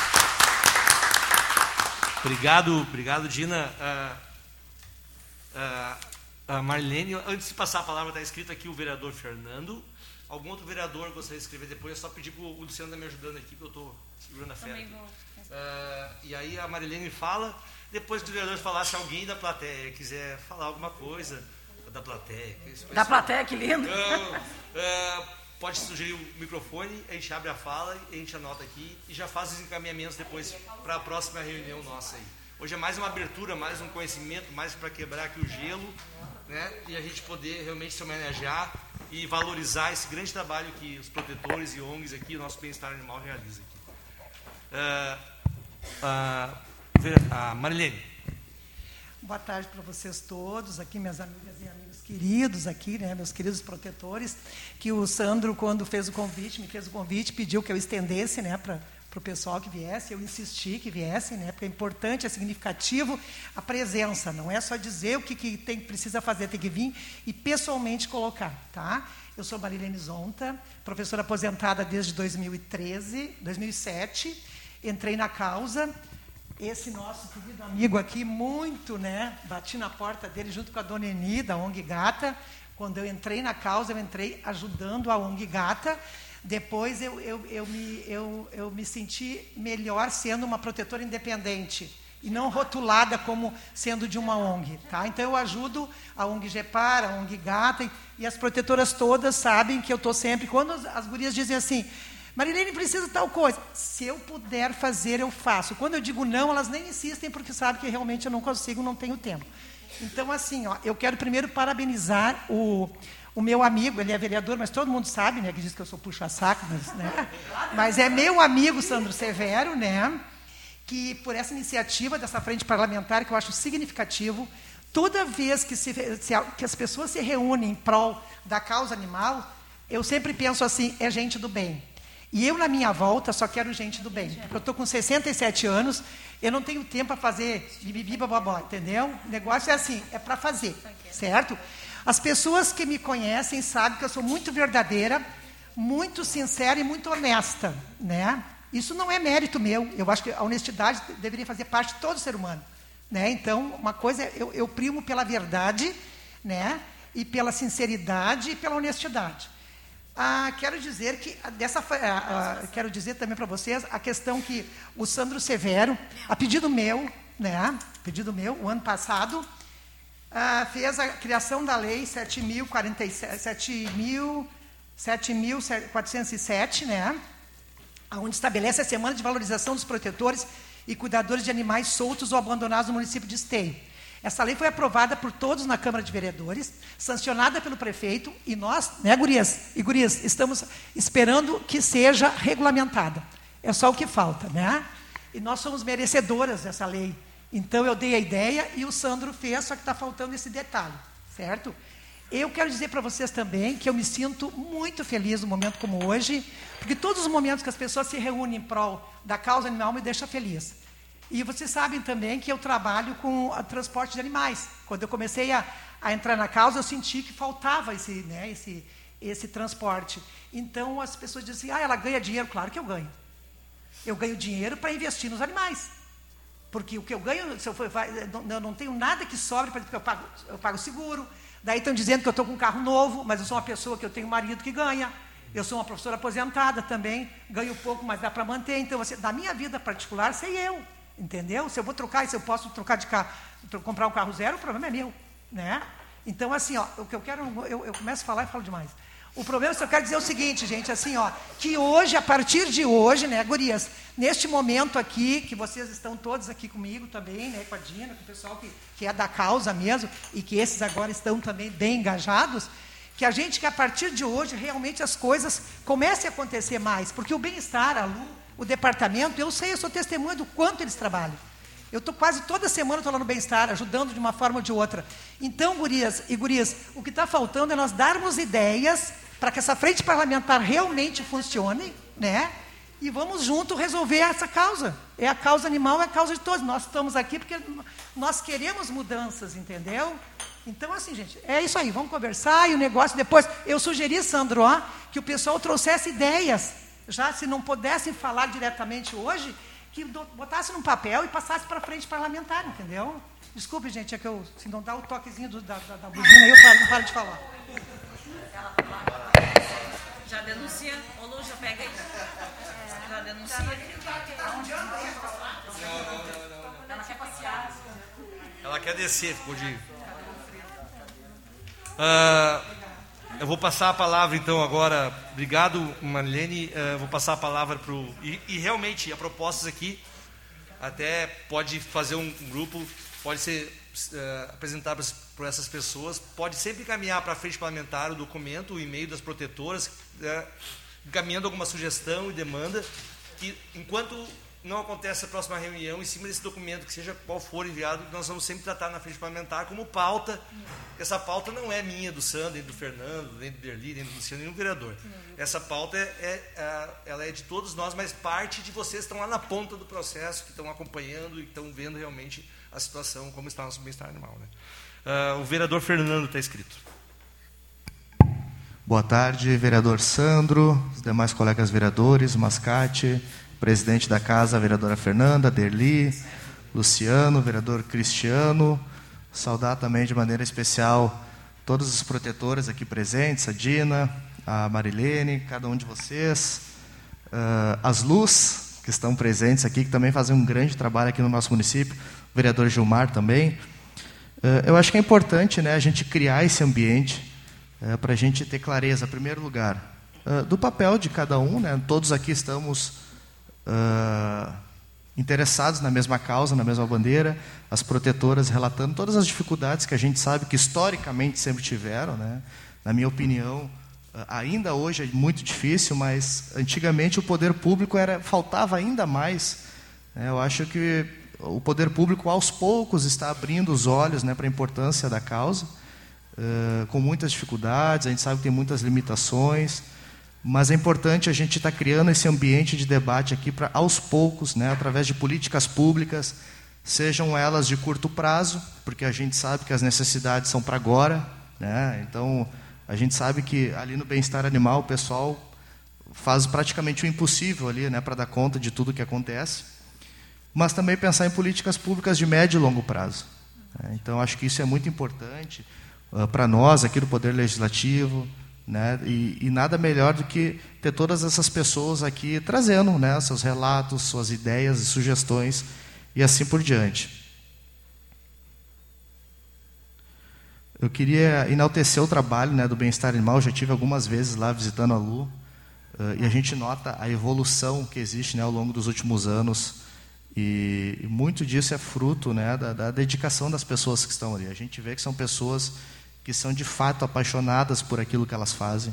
Obrigado, obrigado, Dina. Ah, ah, ah, Marlene, antes de passar a palavra, está escrito aqui o vereador Fernando. Algum outro vereador gostaria de escrever depois? É só pedir para o Luciano estar me ajudando aqui, que eu estou segurando a fera. Também aqui. vou. Ah, e aí a Marilene fala, depois que o vereador falar, se alguém da plateia quiser falar alguma coisa da plateia. que esse Da pessoal- plateia, que lindo. Então, ah, pode sugerir o microfone, a gente abre a fala, a gente anota aqui e já faz os encaminhamentos depois para a próxima reunião nossa aí. Hoje é mais uma abertura, mais um conhecimento, mais para quebrar aqui o gelo, né? E a gente poder realmente se homenagear e valorizar esse grande trabalho que os protetores e O N Gs aqui, o nosso bem-estar animal realiza aqui. Ah, ah, Vera- ah, Marilene. Boa tarde para vocês todos, aqui minhas amigas e amigos queridos aqui, né, meus queridos protetores, que o Sandro, quando fez o convite, me fez o convite, pediu que eu estendesse, né, para o pessoal que viesse, eu insisti que viessem, né, porque é importante, é significativo a presença, não é só dizer o que, que tem, precisa fazer, tem que vir e pessoalmente colocar, tá? Eu sou Marilene Zonta, professora aposentada desde dois mil e treze, dois mil e sete, entrei na causa. Esse nosso querido amigo aqui, muito, né? Bati na porta dele junto com a dona Eni, da O N G Gata. Quando eu entrei na causa, eu entrei ajudando a O N G Gata. Depois eu, eu, eu, me, eu, eu me senti melhor sendo uma protetora independente e não rotulada como sendo de uma O N G. Tá? Então eu ajudo a O N G Gepar, a O N G Gata, e, e as protetoras todas sabem que eu estou sempre... Quando as, as gurias dizem assim... Marilene, precisa tal coisa. Se eu puder fazer, eu faço. Quando eu digo não, elas nem insistem, porque sabem que realmente eu não consigo, não tenho tempo. Então, assim, ó, eu quero primeiro parabenizar o, o meu amigo, ele é vereador, mas todo mundo sabe, né, que diz que eu sou puxa-saco, mas, né, mas é meu amigo Sandro Severo, né, que por essa iniciativa dessa frente parlamentar, que eu acho significativo, toda vez que, se, se, que as pessoas se reúnem em prol da causa animal, eu sempre penso assim, é gente do bem. E eu, na minha volta, só quero gente do bem. Porque eu estou com sessenta e sete anos, eu não tenho tempo para fazer bibibi, bababó, entendeu? O negócio é assim, é para fazer, certo? As pessoas que me conhecem sabem que eu sou muito verdadeira, muito sincera e muito honesta, né? Isso não é mérito meu. Eu acho que a honestidade deveria fazer parte de todo ser humano, né? Então, uma coisa, é, eu, eu primo pela verdade, né? E pela sinceridade e pela honestidade. Ah, quero dizer que dessa, ah, ah, quero dizer também para vocês a questão que o Sandro Severo, a pedido meu, né? Pedido meu, o ano passado, ah, fez a criação da lei sete mil quatrocentos e sete, né? Onde estabelece a semana de valorização dos protetores e cuidadores de animais soltos ou abandonados no município de Esteio. Essa lei foi aprovada por todos na Câmara de Vereadores, sancionada pelo prefeito, e nós, né, gurias e gurias, estamos esperando que seja regulamentada. É só o que falta, né? E nós somos merecedoras dessa lei. Então, eu dei a ideia e o Sandro fez, só que está faltando esse detalhe, certo? Eu quero dizer para vocês também que eu me sinto muito feliz num momento como hoje, porque todos os momentos que as pessoas se reúnem em prol da causa animal me deixam feliz. E vocês sabem também que eu trabalho com o transporte de animais. Quando eu comecei a, a entrar na causa, eu senti que faltava esse, né, esse, esse transporte. Então, as pessoas dizem, ah, ela ganha dinheiro. Claro que eu ganho. Eu ganho dinheiro para investir nos animais. Porque o que eu ganho, se eu, for, vai, eu não tenho nada que sobre, porque eu pago, eu pago seguro. Daí estão dizendo que eu estou com um carro novo, mas eu sou uma pessoa que eu tenho um marido que ganha. Eu sou uma professora aposentada também, ganho pouco, mas dá para manter. Então, assim, da minha vida particular, sei eu. Entendeu? Se eu vou trocar, se eu posso trocar de carro, comprar um carro zero, o problema é meu, né? Então, assim, ó, o que eu quero, eu, eu começo a falar e falo demais. O problema é que eu quero dizer o seguinte, gente, assim, ó, que hoje, a partir de hoje, né, gurias, neste momento aqui, que vocês estão todos aqui comigo também, né, com a Dina, com o pessoal que, que é da causa mesmo, e que esses agora estão também bem engajados, que a gente, que a partir de hoje, realmente as coisas comecem a acontecer mais, porque o bem-estar, a Lu, o departamento, eu sei, eu sou testemunha do quanto eles trabalham. Eu estou quase toda semana tô lá no bem-estar, ajudando de uma forma ou de outra. Então, gurias e gurias, o que está faltando é nós darmos ideias para que essa frente parlamentar realmente funcione, né? E vamos junto resolver essa causa. É a causa animal, é a causa de todos. Nós estamos aqui porque nós queremos mudanças, entendeu? Então, assim, gente, é isso aí. Vamos conversar e o negócio depois... Eu sugeri, Sandro, ó, que o pessoal trouxesse ideias. Já se não pudessem falar diretamente hoje, que botasse num papel e passasse para frente parlamentar, entendeu? Desculpe, gente, é que eu, se não dá o toquezinho do, da, da, da buzina, eu paro, não paro de falar. Já denuncia. Ô, Lu, já pega aí. Já denuncia. Não, não, não, não. Ela quer passear. Ela quer descer, pode ir. Uh, eu vou passar a palavra, então, agora. Obrigado, Marlene. Uh, vou passar a palavra para o... E, e, realmente, a proposta aqui, até pode fazer um, um grupo, pode ser uh, apresentado por essas pessoas, pode sempre encaminhar para a frente parlamentar o documento, o e-mail das protetoras, uh, encaminhando alguma sugestão e demanda, que, enquanto não acontece a próxima reunião, em cima desse documento, que seja qual for enviado, nós vamos sempre tratar na frente parlamentar como pauta. Essa pauta não é minha, do Sandro, nem do Fernando, nem do Derli, nem do Luciano, nem do vereador. Essa pauta é, é, ela é de todos nós, mas parte de vocês estão lá na ponta do processo, que estão acompanhando e estão vendo realmente a situação, como está o nosso bem-estar animal, né? Uh, o vereador Fernando está escrito. Boa tarde, vereador Sandro, os demais colegas vereadores, Mascate, presidente da casa, a vereadora Fernanda, Derli, Luciano, vereador Cristiano. Saudar também de maneira especial todos os protetores aqui presentes, a Dina, a Marilene, cada um de vocês, uh, as Luz, que estão presentes aqui, que também fazem um grande trabalho aqui no nosso município, o vereador Gilmar também. Uh, eu acho que é importante, né, a gente criar esse ambiente uh, para a gente ter clareza, em primeiro lugar, uh, do papel de cada um, né, todos aqui estamos... Uh, interessados na mesma causa, na mesma bandeira, as protetoras relatando todas as dificuldades que a gente sabe que historicamente sempre tiveram, né, na minha opinião, ainda hoje é muito difícil, mas antigamente o poder público era, faltava ainda mais. Eu acho que o poder público, aos poucos, está abrindo os olhos, né, para a importância da causa, uh, com muitas dificuldades, a gente sabe que tem muitas limitações, mas é importante a gente estar criando esse ambiente de debate aqui para, aos poucos, né, através de políticas públicas, sejam elas de curto prazo, porque a gente sabe que as necessidades são para agora, né, então a gente sabe que ali no bem-estar animal o pessoal faz praticamente o impossível ali, né, para dar conta de tudo que acontece, mas também pensar em políticas públicas de médio e longo prazo. Então, acho que isso é muito importante uh, para nós aqui do Poder Legislativo, né, e, e nada melhor do que ter todas essas pessoas aqui trazendo, né, seus relatos, suas ideias e sugestões e assim por diante. Eu queria enaltecer o trabalho, né, do bem-estar animal. Eu já tive algumas vezes lá visitando a Lu, uh, e a gente nota a evolução que existe, né, ao longo dos últimos anos. E muito disso é fruto, né, da, da dedicação das pessoas que estão ali. A gente vê que são pessoas que são de fato apaixonadas por aquilo que elas fazem.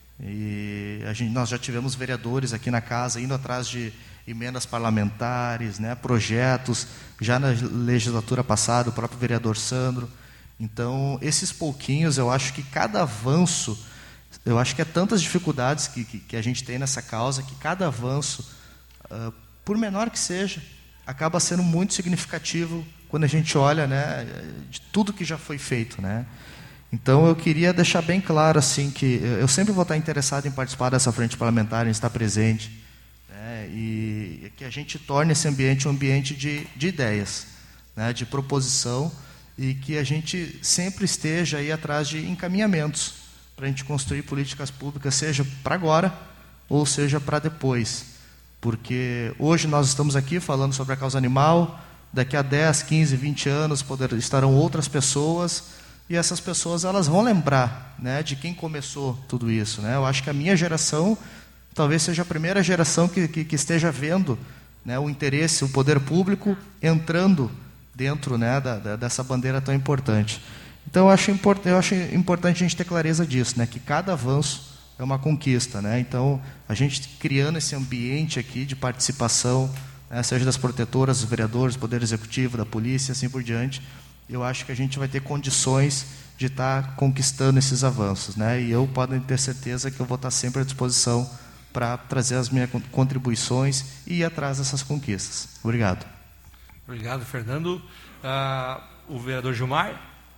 E a gente, nós já tivemos vereadores aqui na casa indo atrás de emendas parlamentares, né, projetos, já na legislatura passada, o próprio vereador Sandro. Então, esses pouquinhos, eu acho que cada avanço, eu acho que é tantas dificuldades que, que, que a gente tem nessa causa, que cada avanço, uh, por menor que seja, acaba sendo muito significativo quando a gente olha, né, de tudo que já foi feito, né? Então, eu queria deixar bem claro assim, que eu sempre vou estar interessado em participar dessa frente parlamentar, em estar presente, né, e que a gente torne esse ambiente um ambiente de, de ideias, né, de proposição, e que a gente sempre esteja aí atrás de encaminhamentos para a gente construir políticas públicas, seja para agora ou seja para depois. Porque hoje nós estamos aqui falando sobre a causa animal, daqui a dez, quinze, vinte anos poder, estarão outras pessoas, e essas pessoas elas vão lembrar, né, de quem começou tudo isso, né? Eu acho que a minha geração talvez seja a primeira geração que, que, que esteja vendo, né, o interesse, o poder público entrando dentro, né, da, da, dessa bandeira tão importante. Então eu acho, import, eu acho importante a gente ter clareza disso, né, que cada avanço é uma conquista, né? Então, a gente criando esse ambiente aqui de participação, né, seja das protetoras, dos vereadores, do Poder Executivo, da polícia, assim por diante, eu acho que a gente vai ter condições de estar conquistando esses avanços, né? E eu podem ter certeza que eu vou estar sempre à disposição para trazer as minhas contribuições e ir atrás dessas conquistas. Obrigado. Obrigado, Fernando. Uh, o vereador Gilmar.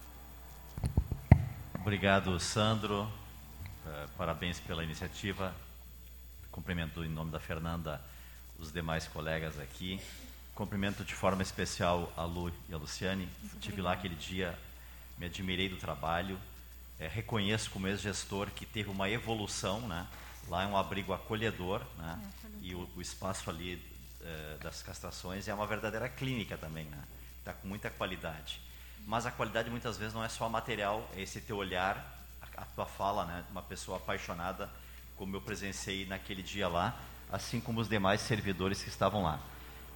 Obrigado, Sandro. Uh, parabéns pela iniciativa. Cumprimento em nome da Fernanda os demais colegas aqui. Cumprimento de forma especial a Lu e a Luciane. Estive lá aquele dia, me admirei do trabalho. É, reconheço como ex-gestor que teve uma evolução, né? Lá é um abrigo acolhedor, né? E o, o espaço ali é, das castrações é uma verdadeira clínica também, né? Está com muita qualidade. Mas a qualidade muitas vezes não é só material, é esse teu olhar, a, a tua fala, né? Uma pessoa apaixonada, como eu presenciei naquele dia lá, assim como os demais servidores que estavam lá.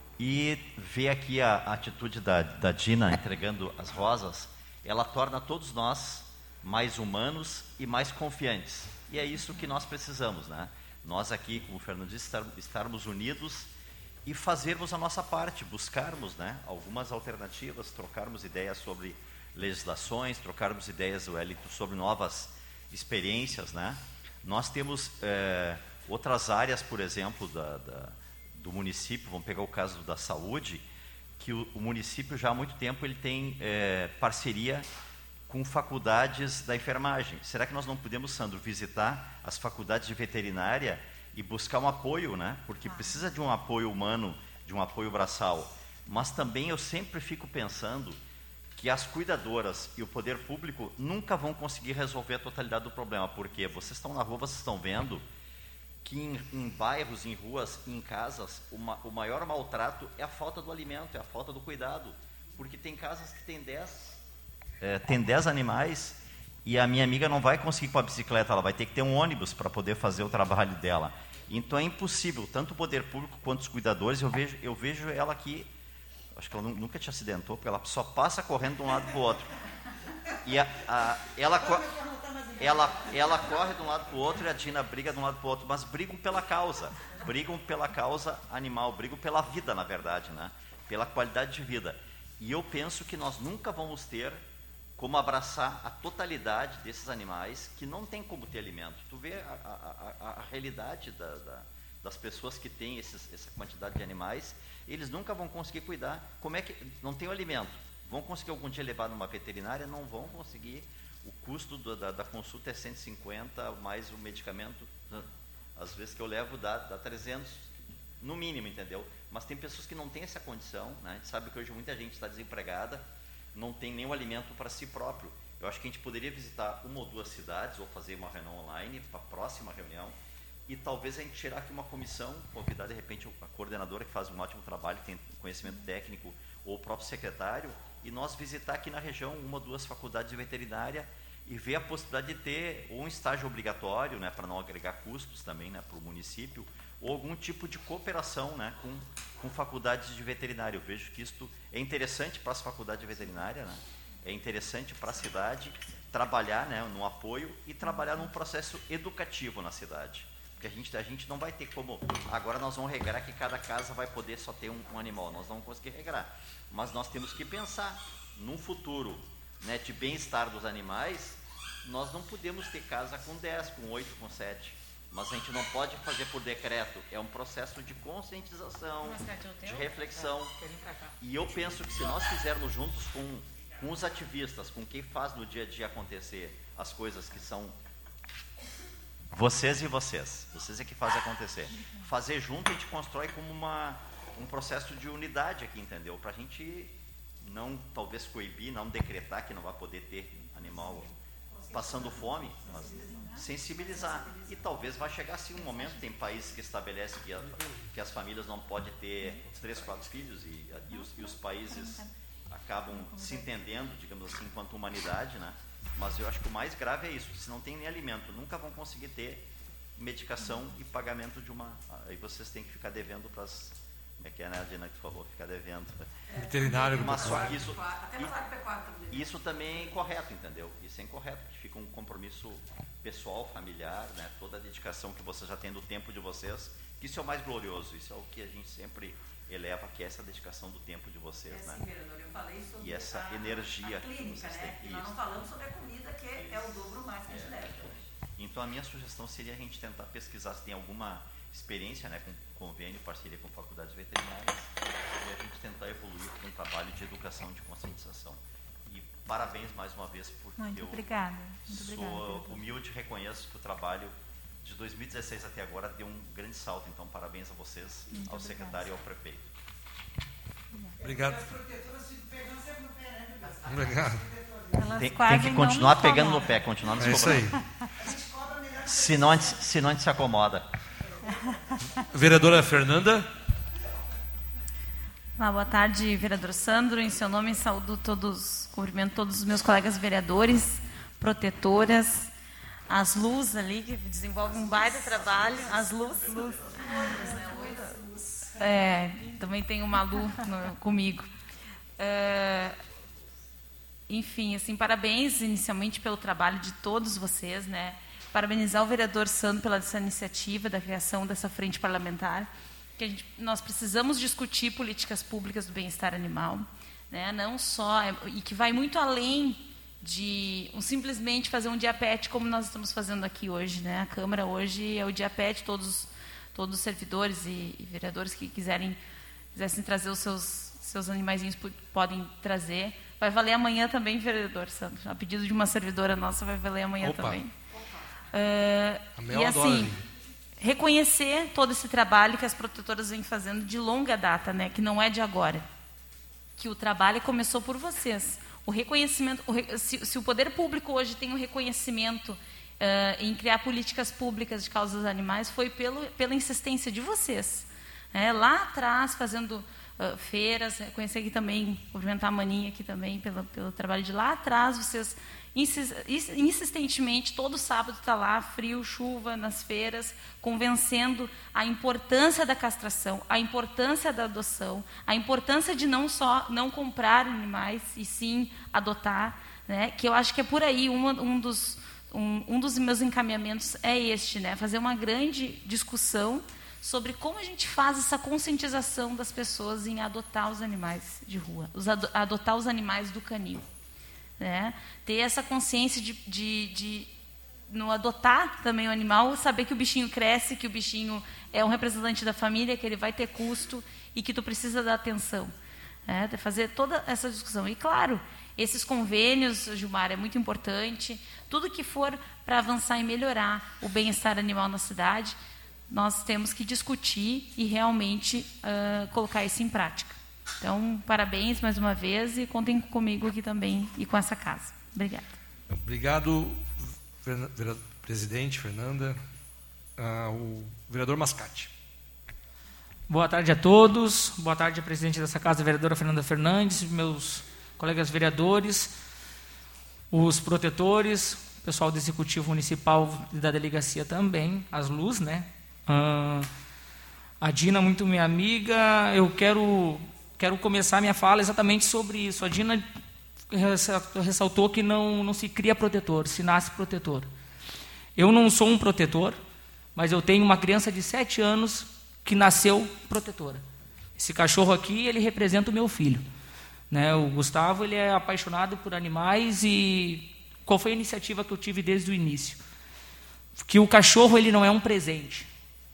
E ver aqui a, a atitude da, da Dina entregando as rosas, ela torna todos nós mais humanos e mais confiantes. E é isso que nós precisamos, né? Nós aqui, como o Fernando disse, estar, estarmos unidos e fazermos a nossa parte, buscarmos, né, algumas alternativas, trocarmos ideias sobre legislações, trocarmos ideias, Wellington, sobre novas experiências, né? Nós temos é, outras áreas, por exemplo, da, da, do município, vamos pegar o caso da saúde, que o, o município já há muito tempo ele tem é, parceria com faculdades da enfermagem. Será que nós não podemos, Sandro, visitar as faculdades de veterinária e buscar um apoio, né? Porque precisa de um apoio humano, de um apoio braçal. Mas também eu sempre fico pensando que as cuidadoras e o poder público nunca vão conseguir resolver a totalidade do problema, porque vocês estão na rua, vocês estão vendo que em, em bairros, em ruas, em casas, uma, o maior maltrato é a falta do alimento, é a falta do cuidado, porque tem casas que tem dez, é, tem dez animais e a minha amiga não vai conseguir com a bicicleta, ela vai ter que ter um ônibus para poder fazer o trabalho dela. Então é impossível, tanto o poder público quanto os cuidadores, eu vejo, eu vejo ela aqui, acho que ela nunca te acidentou, porque ela só passa correndo de um lado para o outro. E a, a, ela... ela, ela corre de um lado para o outro e a Dina briga de um lado para o outro, mas brigam pela causa, brigam pela causa animal, brigam pela vida, na verdade, né? Pela qualidade de vida. E eu penso que nós nunca vamos ter como abraçar a totalidade desses animais que não tem como ter alimento. Tu vê a, a, a, a realidade da, da, das pessoas que têm esses, essa quantidade de animais, eles nunca vão conseguir cuidar. Como é que não tem o alimento? Vão conseguir algum dia levar numa veterinária? Não vão conseguir. O custo do, da, da consulta é cento e cinquenta, mais o medicamento, às vezes que eu levo dá, dá trezentos, no mínimo, entendeu? Mas tem pessoas que não têm essa condição, né? A gente sabe que hoje muita gente está desempregada, não tem nenhum alimento para si próprio. Eu acho que a gente poderia visitar uma ou duas cidades, ou fazer uma reunião online, para a próxima reunião, e talvez a gente tirar aqui uma comissão, convidar de repente a coordenadora, que faz um ótimo trabalho, tem conhecimento técnico, ou o próprio secretário, e nós visitar aqui na região uma ou duas faculdades de veterinária e ver a possibilidade de ter ou um estágio obrigatório, né, para não agregar custos também, né, para o município, ou algum tipo de cooperação, né, com, com faculdades de veterinária. Eu vejo que isto é interessante para as faculdades de veterinária, né, é interessante para a cidade trabalhar, né, no apoio e trabalhar num processo educativo na cidade. Porque a gente, a gente não vai ter como... Agora nós vamos regrar que cada casa vai poder só ter um, um animal. Nós não vamos conseguir regrar. Mas nós temos que pensar num futuro, né, de bem-estar dos animais. Nós não podemos ter casa com dez, com oito, com sete. Mas a gente não pode fazer por decreto. É um processo de conscientização, de reflexão. E eu penso que se nós fizermos juntos com, com os ativistas, com quem faz no dia a dia acontecer as coisas que são... Vocês e vocês. Vocês é que fazem acontecer. Fazer junto a gente constrói como uma, um processo de unidade aqui, entendeu? Para a gente não, talvez, coibir, não decretar que não vai poder ter animal passando fome, mas sensibilizar. E talvez vai chegar assim um momento, tem países que estabelecem que, a, que as famílias não podem ter três, quatro filhos e, e, os, e os países acabam se entendendo, digamos assim, enquanto humanidade, né? Mas eu acho que o mais grave é isso, se não tem nem alimento, nunca vão conseguir ter medicação e pagamento de uma... Aí vocês têm que ficar devendo para as... Como é que é, né, a Dina, que tu falou? Ficar devendo. É, veterinário. Mas só que isso, até e, isso também é incorreto, entendeu? Isso é incorreto, porque fica um compromisso pessoal, familiar, né? Toda a dedicação que vocês já têm do tempo de vocês, que isso é o mais glorioso, isso é o que a gente sempre eleva, que é essa dedicação do tempo de vocês, é, né? Sim, vereador, eu falei sobre e essa a, energia a clínica, que né? E nós não falamos sobre a comida, que isso. É o dobro mais que a gente leva. Então a minha sugestão seria a gente tentar pesquisar se tem alguma experiência, né, com convênio, parceria com faculdades veterinárias, e a gente tentar evoluir com um trabalho de educação, de conscientização. E parabéns mais uma vez, porque Muito eu obrigada. Muito sou obrigada, humilde e reconheço que o trabalho de dois mil e dezesseis até agora deu um grande salto. Então parabéns a vocês, Muito ao obrigada. secretário e ao prefeito. Obrigado. Obrigado. Tem, tem que continuar pegando no pé, continuar nos É isso aí. Senão a gente, senão a gente se acomoda. Vereadora Fernanda. Ah, boa tarde, vereador Sandro. Em seu nome, saúdo todos, cumprimento todos os meus colegas vereadores, protetoras, as Luz ali, que desenvolvem um baita trabalho, as Luz. Luz. É, também tem uma Lu no, comigo. É, enfim, assim, parabéns inicialmente pelo trabalho de todos vocês, né? Parabenizar o vereador Sandro pela essa iniciativa da criação dessa frente parlamentar, que a gente, nós precisamos discutir políticas públicas do bem-estar animal, né? Não só, e que vai muito além de um, simplesmente fazer um dia pet como nós estamos fazendo aqui hoje, né? A Câmara hoje é o dia pet, todos, todos os servidores e, e vereadores que quiserem quisessem trazer os seus, seus animaizinhos podem trazer. Vai valer amanhã também, vereador Sandro. A pedido de uma servidora nossa, vai valer amanhã Opa. também. Uh, e assim, adora, reconhecer todo esse trabalho que as protetoras vêm fazendo de longa data, né, que não é de agora, que o trabalho começou por vocês. O reconhecimento, o re, se, se o poder público hoje tem um reconhecimento uh, em criar políticas públicas de causas animais, foi pelo, pela insistência de vocês, né, lá atrás fazendo uh, feiras. Conhecer aqui também, cumprimentar a Maninha aqui também pelo, pelo trabalho de lá atrás. Vocês insistentemente, todo sábado está lá, frio, chuva, nas feiras, convencendo a importância da castração, a importância da adoção, a importância de não só não comprar animais, e sim adotar, né? Que eu acho que é por aí um, um dos, um, um dos meus encaminhamentos é este, né? Fazer uma grande discussão sobre como a gente faz essa conscientização das pessoas em adotar os animais de rua, os ado adotar os animais do canil. Né? Ter essa consciência de, de, de, no adotar também o animal, saber que o bichinho cresce, que o bichinho é um representante da família, que ele vai ter custo e que tu precisa dar atenção. Né? Fazer toda essa discussão. E, claro, esses convênios, Gilmar, é muito importante. Tudo que for para avançar e melhorar o bem-estar animal na cidade, nós temos que discutir e realmente uh, colocar isso em prática. Então, parabéns mais uma vez e contem comigo aqui também e com essa casa. Obrigada. Obrigado, presidente Fernanda. Ah, o vereador Mascate. Boa tarde a todos. Boa tarde, presidente dessa casa, a vereadora Fernanda Fernandes, meus colegas vereadores, os protetores, o pessoal do Executivo Municipal e da Delegacia também, as L U S, né? Ah, a Dina, muito minha amiga, eu quero, quero começar minha fala exatamente sobre isso. A Dina ressaltou que não, não se cria protetor, se nasce protetor. Eu não sou um protetor, mas eu tenho uma criança de sete anos que nasceu protetora. Esse cachorro aqui, ele representa o meu filho. Né? O Gustavo, ele é apaixonado por animais e qual foi a iniciativa que eu tive desde o início? Que o cachorro, ele não é um presente.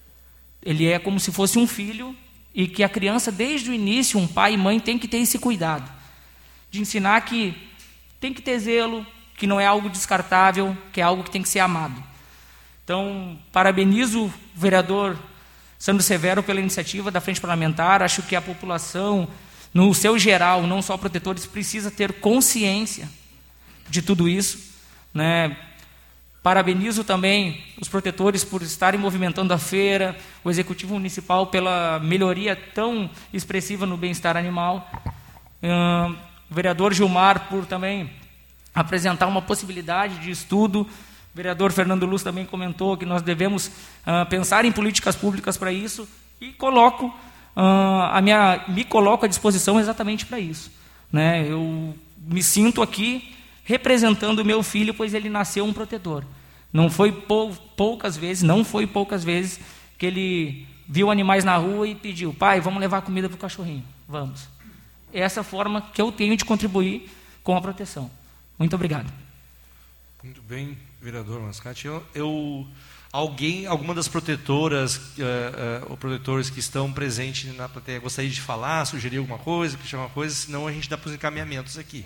Ele é como se fosse um filho e que a criança, desde o início, um pai e mãe tem que ter esse cuidado de ensinar que tem que ter zelo, que não é algo descartável, que é algo que tem que ser amado. Então, parabenizo o vereador Sandro Severo pela iniciativa da Frente Parlamentar. Acho que a população, no seu geral, não só protetores, precisa ter consciência de tudo isso, né? Parabenizo também os protetores por estarem movimentando a feira, o Executivo Municipal pela melhoria tão expressiva no bem-estar animal, uh, o vereador Gilmar por também apresentar uma possibilidade de estudo, o vereador Fernando Luz também comentou que nós devemos uh, pensar em políticas públicas para isso, e coloco, uh, a minha, me coloco à disposição exatamente para isso. Né? Eu me sinto aqui representando o meu filho, pois ele nasceu um protetor. Não foi pou, poucas vezes, não foi poucas vezes que ele viu animais na rua e pediu: pai, vamos levar comida para o cachorrinho. Vamos. É essa forma que eu tenho de contribuir com a proteção. Muito obrigado. Muito bem, vereador Mascate. Eu, eu, alguém, alguma das protetoras uh, uh, ou protetores que estão presentes na plateia gostaria de falar, sugerir alguma coisa, questionar alguma coisa, senão a gente dá para os encaminhamentos aqui.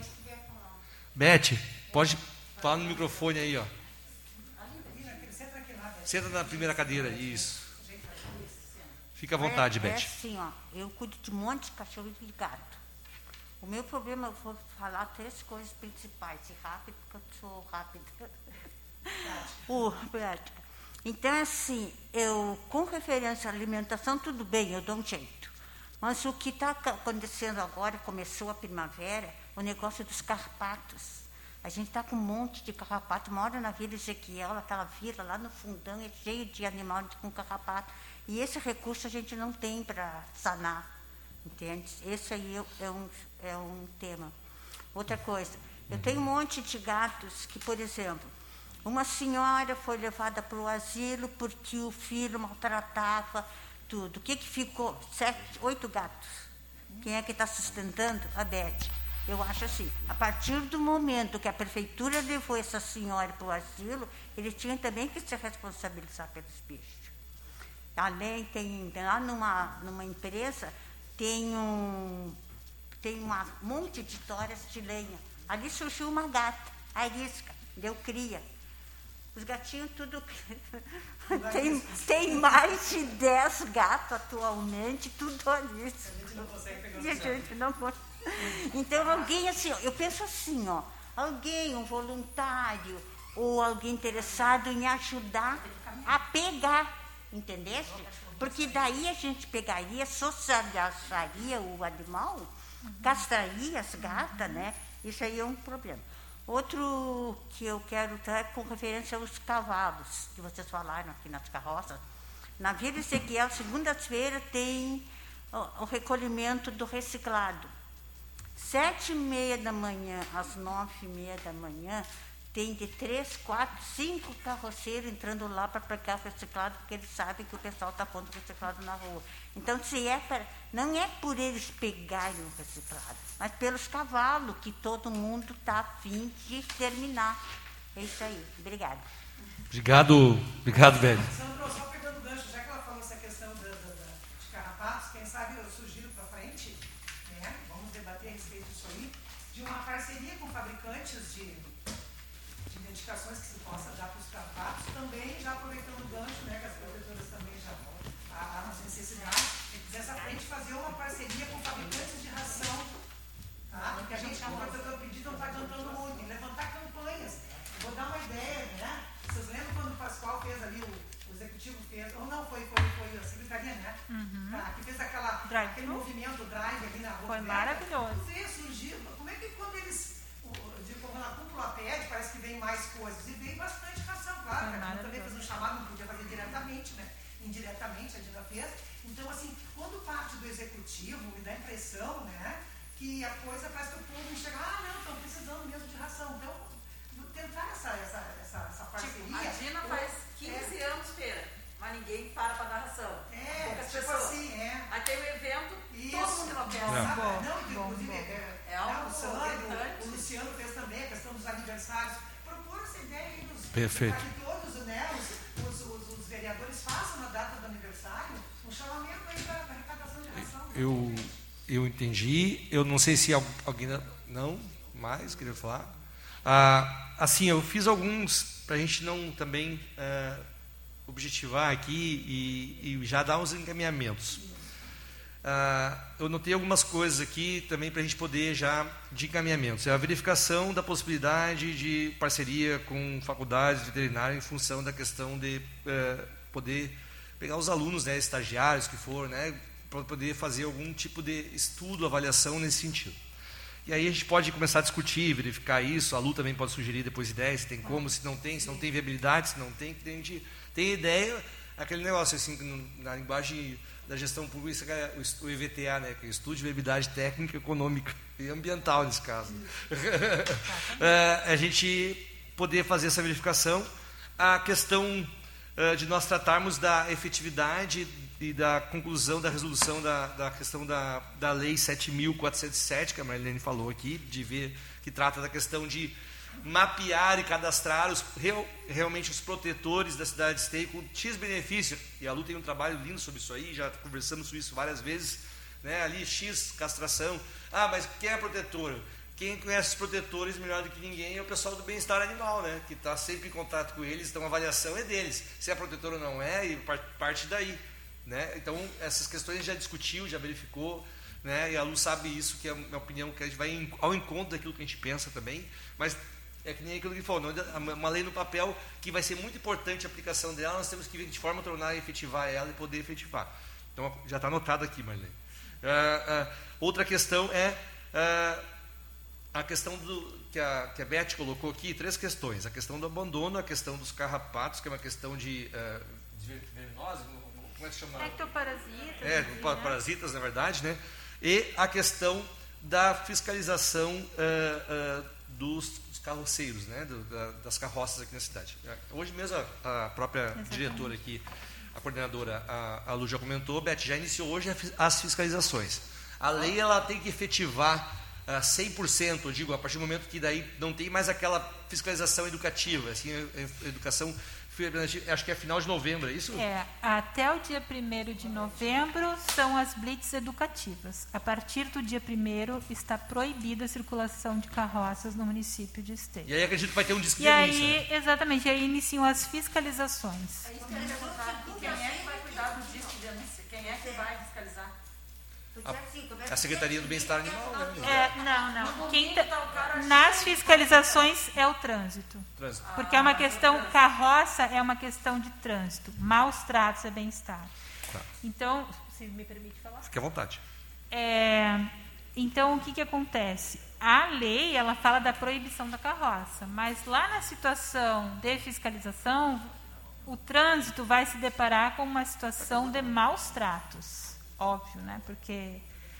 Beth, pode falar no microfone aí, ó. Senta na primeira cadeira, isso. Fica à vontade, é, Beth. É assim, ó, eu cuido de um monte de cachorro e de gato. O meu problema, eu vou falar três coisas principais, e rápido, porque eu sou rápida. uh, prática. Então, assim, eu, com referência à alimentação, tudo bem, eu dou um jeito. Mas o que está acontecendo agora, começou a primavera, o negócio dos carrapatos. A gente está com um monte de carrapato. Mora na Vila Ezequiel, aquela vila lá no fundão, é cheio de animal com carrapato. E esse recurso a gente não tem para sanar, entende? Esse aí é um, é um tema. Outra coisa, eu tenho um monte de gatos que, por exemplo, uma senhora foi levada para o asilo porque o filho maltratava tudo. O que, que ficou? Sete, oito gatos. Quem é que está sustentando? A Beth. Eu acho assim, a partir do momento que a prefeitura levou essa senhora para o asilo, eles tinham também que se responsabilizar pelos bichos. Além, tem, lá numa, numa empresa, tem um, tem um monte de toras de lenha. Ali surgiu uma gata, a Arisca, deu cria. Os gatinhos tudo... tem, tem mais de dez gatos atualmente, tudo ali. A gente não consegue pegar. E a gente não consegue. Então, alguém assim, eu penso assim, ó, alguém, um voluntário, ou alguém interessado em ajudar a pegar, entendesse? Porque daí a gente pegaria, socializaria o animal, castraria as gatas, né? Isso aí é um problema. Outro que eu quero trazer com referência aos cavalos, que vocês falaram aqui nas carroças. Na Vila Ezequiel, segundas-feiras, tem o, o recolhimento do reciclado. Sete e meia da manhã, às nove e meia da manhã, tem de três, quatro, cinco carroceiros entrando lá para pegar o reciclado, porque eles sabem que o pessoal está pondo reciclado na rua. Então, se é pra, não é por eles pegarem o reciclado, mas pelos cavalos, que todo mundo está afim de terminar. É isso aí. Obrigada. Obrigado, obrigado, velho. Sandro, só pegando gancho, já que ela falou essa questão da, da, da, de carrapatos, quem sabe eu sugiro para frente, né? Vamos debater a respeito disso aí, de uma parceria com fabricantes de, de medicações que se possa dar para os carrapatos, também já aproveitando o gancho, né? Que as protetoras também já há as necessidades, dessa frente fazer uma parceria com fabricantes de ração, tá? Porque a gente, como protetor pedido, não está adiantando muito, levantar campanhas. Vou dar uma ideia, né? Vocês lembram quando o Pascoal fez ali, o, o executivo fez, ou não, foi, foi, foi a secretaria, né? Uhum. Tá, que fez aquela, drive aquele movimento drive ali na rua. Foi maravilhoso. Você surgiu, como é que quando eles, o, de, quando a cúpula pede, parece que vem mais coisas, e vem bastante ração, claro, a Dina também fez um chamado, não podia fazer diretamente, né? Indiretamente a Dina fez. Então, assim, quando parte do executivo, me dá a impressão, né? Que a coisa parece que o povo chega, ah, não, estão precisando mesmo de ração. Então, tentar essa, essa, essa, essa parceria. Tipo, a Dina faz quinze é, anos feira, mas ninguém para para dar ração. É, poucas tipo pessoas. assim, é. Aí tem um evento, Isso. todo mundo não quer. Não, Não, não, bom, inclusive, bom. é, É algo o Sandro, importante. o Luciano fez também a questão dos aniversários. Propor essa ideia aí dos, Perfeito. para que todos, né, os, os, os, os vereadores façam na data do aniversário um chamamento aí para a arrecadação de ração. Eu, eu entendi. Eu não sei se alguém não mais queria falar. Ah, assim, eu fiz alguns para a gente não também ah, objetivar aqui e, e já dar uns encaminhamentos. Ah, eu notei algumas coisas aqui também para a gente poder já de encaminhamentos. É a verificação da possibilidade de parceria com faculdades veterinárias em função da questão de eh, poder pegar os alunos, né, estagiários que for, né, para poder fazer algum tipo de estudo, avaliação nesse sentido. E aí a gente pode começar a discutir, verificar isso. A Lu também pode sugerir depois ideias, se tem como, se não tem, se não tem viabilidade, se não tem, que a gente tem ideia, aquele negócio assim, na linguagem da gestão pública, o E V T A, né, que é o Estudo de Viabilidade Técnica, Econômica e Ambiental, nesse caso. é, a gente poder fazer essa verificação. A questão é, de nós tratarmos da efetividade e da conclusão da resolução da, da questão da, da Lei sete mil quatrocentos e sete, que a Marlene falou aqui, de ver, que trata da questão de mapear e cadastrar os, real, realmente os protetores da cidade de Esteio com X benefício. E a Lu tem um trabalho lindo sobre isso aí, já conversamos sobre isso várias vezes, né? Ali X castração. Ah, mas quem é protetor? Quem conhece os protetores melhor do que ninguém é o pessoal do bem-estar animal, né? Que está sempre em contato com eles, então a avaliação é deles. Se é protetor ou não é, e parte daí. Né? Então, essas questões já discutiu, já verificou, né? E a Lu sabe isso, que é a minha opinião, que a gente vai ao encontro daquilo que a gente pensa também, mas é que nem aquilo que ele falou, não, uma lei no papel que vai ser muito importante a aplicação dela, nós temos que ver de forma a tornar e efetivar ela e poder efetivar. Então, já está anotado aqui, Marlene. Uh, uh, outra questão é uh, a questão do, que, a, que a Beth colocou aqui, três questões. A questão do abandono, a questão dos carrapatos, que é uma questão de, uh, de venenosa, como é que chama? Ectoparasitas. É, assim, parasitas, né? Na verdade, né? E a questão da fiscalização uh, uh, dos, dos carroceiros, né? Do, da, das carroças aqui na cidade. Hoje mesmo a, a própria Exatamente. diretora aqui, a coordenadora, a, a Lu já comentou, Beth, já iniciou hoje as fiscalizações. A lei ela tem que efetivar uh, cem por cento, eu digo, a partir do momento que daí não tem mais aquela fiscalização educativa, assim, educação, acho que é final de novembro, é isso? É, até o dia primeiro de novembro são as blitz educativas. A partir do dia primeiro está proibida a circulação de carroças no município de Esteio. E aí acredito que vai ter um disco E de aí, denúncia, né? Exatamente, aí iniciam as fiscalizações. É isso que eu ia perguntar. Quem é que vai cuidar do disco de denúncia? Quem é que vai fiscalizar? A, a Secretaria do Bem-Estar Animal, né? É, não, não. Quem tá, nas fiscalizações é o trânsito. Trânsito. Porque é uma questão, carroça é uma questão de trânsito. Maus tratos é bem-estar. Tá. Então, se me permite falar? Fique à vontade. É, então, o que, que acontece? A lei, ela fala da proibição da carroça, mas lá na situação de fiscalização, o trânsito vai se deparar com uma situação de maus tratos. Óbvio, né? Porque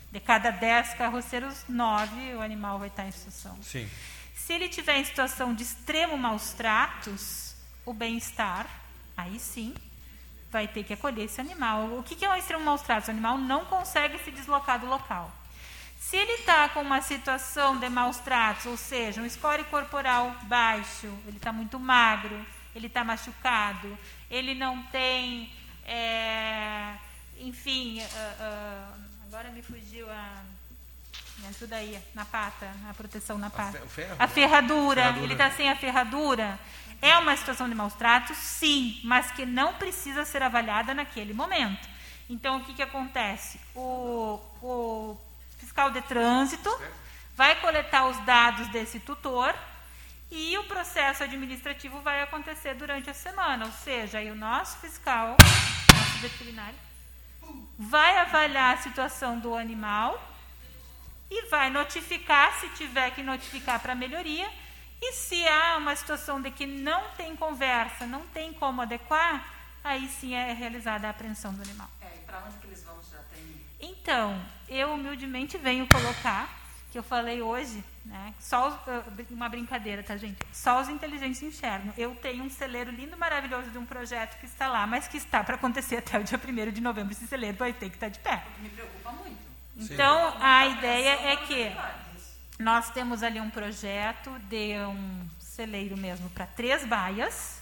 De cada dez carroceiros, nove o animal vai estar em situação. Sim. Se ele estiver em situação de extremo maus tratos, o bem-estar, aí sim, vai ter que acolher esse animal. O que é um extremo maus tratos? O animal não consegue se deslocar do local. Se ele está com uma situação de maus tratos, ou seja, um score corporal baixo, ele está muito magro, ele está machucado, ele não tem, é, enfim, uh, uh, agora me fugiu a... Me ajuda aí, na pata, a proteção na pata. A, ferro, a ferradura, ferradura. Ele está sem a ferradura. É uma situação de maus tratos? Sim, mas que não precisa ser avaliada naquele momento. Então, o que, que acontece? O, o fiscal de trânsito vai coletar os dados desse tutor e o processo administrativo vai acontecer durante a semana. Ou seja, aí o nosso fiscal, nosso veterinário, vai avaliar a situação do animal e vai notificar, se tiver que notificar para melhoria, e se há uma situação de que não tem conversa, não tem como adequar, aí sim é realizada a apreensão do animal. É, e para onde que eles vão? Já tem... Então, eu humildemente venho colocar, que eu falei hoje, né, só os, uma brincadeira, tá, gente? Só os inteligentes enxergam. Eu tenho um celeiro lindo, maravilhoso de um projeto que está lá, mas que está para acontecer até o dia primeiro de novembro. Esse celeiro vai ter que estar de pé. Porque me preocupa muito. Então, a ideia é que nós temos ali um projeto de um celeiro mesmo para três baias.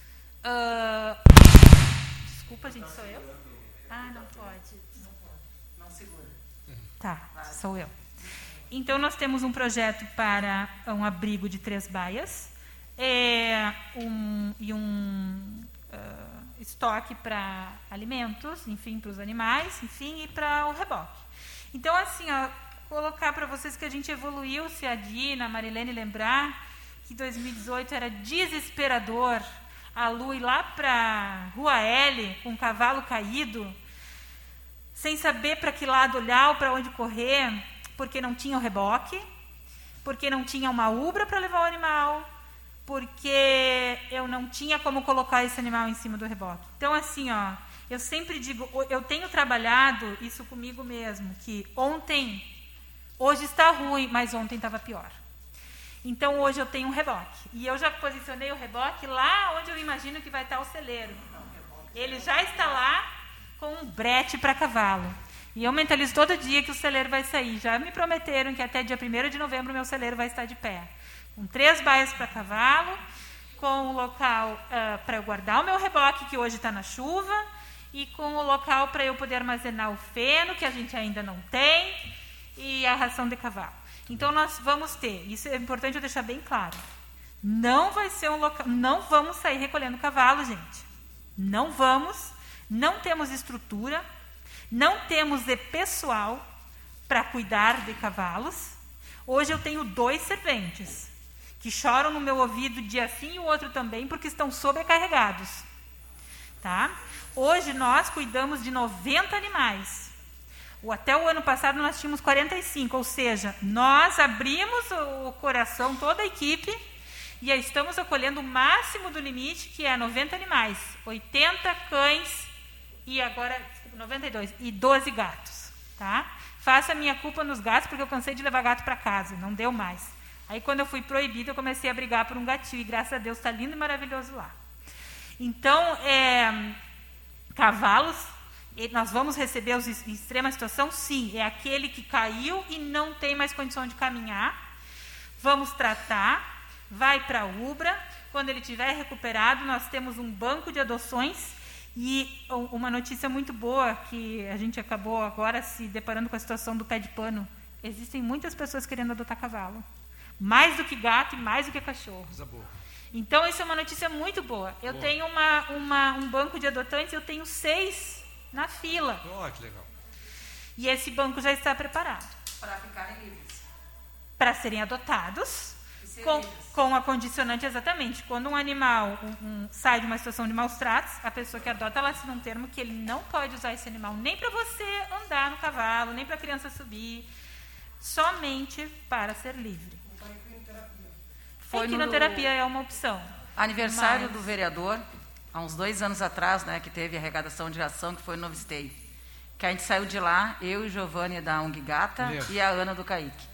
Uh, desculpa, gente, sou eu? Ah, não pode. Não pode. Não segura. Tá, sou eu. Então, nós temos um projeto para um abrigo de três baias é, um, e um uh, estoque para alimentos, enfim, para os animais, enfim, e para o reboque. Então, assim, ó, colocar para vocês que a gente evoluiu, se a Dina, a Marilene lembrar, que dois mil e dezoito era desesperador, a Lu ir lá para Rua L, com o cavalo caído, sem saber para que lado olhar ou para onde correr, porque não tinha o reboque, porque não tinha uma ubra para levar o animal, porque eu não tinha como colocar esse animal em cima do reboque. Então, assim, ó, eu sempre digo, eu tenho trabalhado isso comigo mesmo, que ontem, hoje está ruim, mas ontem estava pior. Então, hoje eu tenho um reboque. E eu já posicionei o reboque lá onde eu imagino que vai estar o celeiro. Ele já está lá com um brete para cavalo. E eu mentalizo todo dia que o celeiro vai sair. Já me prometeram que até dia primeiro de novembro o meu celeiro vai estar de pé. Com três baias para cavalo, com o local uh, para eu guardar o meu reboque, que hoje está na chuva, e com o local para eu poder armazenar o feno, que a gente ainda não tem, e a ração de cavalo. Então, nós vamos ter, isso é importante eu deixar bem claro, não vai ser um local, não vamos sair recolhendo cavalo, gente. Não vamos, não temos estrutura, não temos de pessoal para cuidar de cavalos. Hoje eu tenho dois serventes que choram no meu ouvido dia sim e o outro também, porque estão sobrecarregados. Tá? Hoje nós cuidamos de noventa animais. Até o ano passado nós tínhamos quarenta e cinco, ou seja, nós abrimos o coração, toda a equipe, e estamos acolhendo o máximo do limite, que é noventa animais, oitenta cães e agora, desculpa, noventa e dois, e doze gatos. Tá? Faça a minha culpa nos gatos, porque eu cansei de levar gato para casa, não deu mais. Aí quando eu fui proibida, eu comecei a brigar por um gatinho, e graças a Deus está lindo e maravilhoso lá. Então, é, cavalos, nós vamos receber os em extrema situação? Sim, é aquele que caiu e não tem mais condição de caminhar. Vamos tratar, vai para a Ubra. Quando ele estiver recuperado, nós temos um banco de adoções. E uma notícia muito boa, que a gente acabou agora se deparando com a situação do pé de pano. Existem muitas pessoas querendo adotar cavalo. Mais do que gato e mais do que cachorro. Coisa boa. Então, isso é uma notícia muito boa. Eu boa. tenho uma, uma, um banco de adotantes, eu tenho seis na fila. Oh, que legal. E esse banco já está preparado. Para ficarem livres. Para serem adotados, com, com a condicionante exatamente. Quando um animal um, um, sai de uma situação de maus tratos, a pessoa que adota, ela assina um termo que ele não pode usar esse animal nem para você andar no cavalo, nem para a criança subir, somente para ser livre. Foi Equinoterapia no... é uma opção. Aniversário mas... do vereador, há uns dois anos atrás, né, que teve a arrecadação de ração, que foi no Novo Esteio. que a gente saiu de lá, eu e Giovanni da ONG Gata e a Ana do Caique.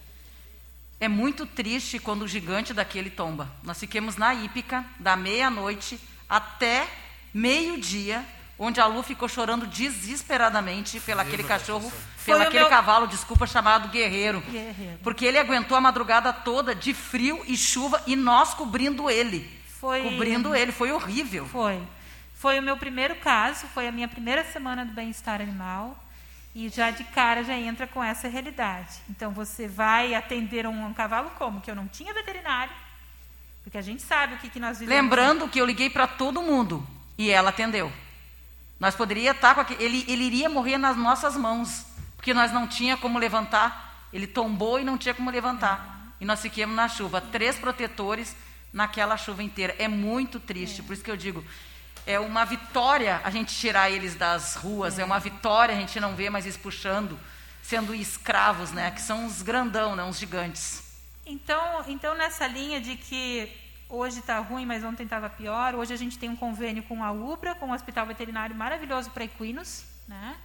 É muito triste quando o gigante daquele tomba. Nós ficamos na hípica, da meia-noite até meio-dia, onde a Lu ficou chorando desesperadamente pelo aquele cachorro, pelo aquele meu... cavalo, desculpa, chamado Guerreiro. Guerreiro. Porque ele aguentou a madrugada toda de frio e chuva e nós cobrindo ele. Foi... Cobrindo ele, foi horrível. Foi. Foi o meu primeiro caso, foi a minha primeira semana do bem-estar animal. E já de cara já entra com essa realidade. Então você vai atender um, um cavalo como? Que eu não tinha veterinário, porque a gente sabe o que, que nós vivemos. Lembrando que eu liguei para todo mundo e ela atendeu. Nós poderíamos estar com aquele, ele, ele iria morrer nas nossas mãos, porque nós não tinha como levantar. Ele tombou e não tinha como levantar. É. E nós ficamos na chuva, três protetores naquela chuva inteira. É muito triste, é. Por isso que eu digo, é uma vitória a gente tirar eles das ruas, é, é uma vitória a gente não ver mais eles puxando, sendo escravos, né? Que são uns grandão, né? Uns gigantes. Então, então nessa linha de que hoje está ruim, mas ontem estava pior, hoje a gente tem um convênio com a UBRA, com um hospital veterinário maravilhoso para equinos, né?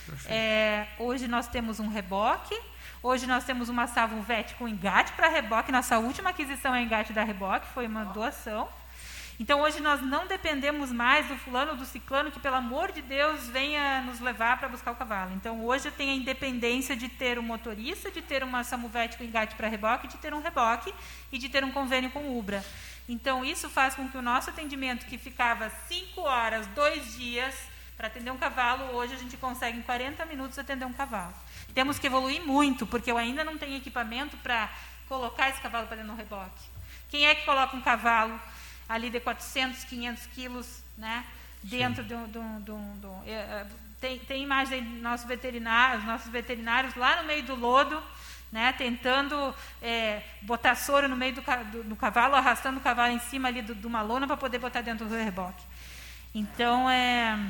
É, hoje nós temos um reboque, hoje nós temos uma Savulvet com engate para reboque, nossa última aquisição é engate da reboque, foi uma doação. Então, hoje nós não dependemos mais do fulano ou do ciclano que, pelo amor de Deus, venha nos levar para buscar o cavalo. Então, hoje eu tenho a independência de ter um motorista, de ter uma Savulvet com engate para reboque, de ter um reboque e de ter um convênio com o UBRA. Então, isso faz com que o nosso atendimento, que ficava cinco horas, dois dias, para atender um cavalo, hoje a gente consegue em quarenta minutos atender um cavalo. Temos que evoluir muito, porque eu ainda não tenho equipamento para colocar esse cavalo para dentro do reboque. Quem é que coloca um cavalo ali de quatrocentos, quinhentos quilos, né, dentro do, do, do, do é, tem, tem imagem de nossos veterinários, nossos veterinários lá no meio do lodo, né, tentando é, botar soro no meio do, do, do cavalo, arrastando o cavalo em cima ali de uma lona para poder botar dentro do reboque. Então, é,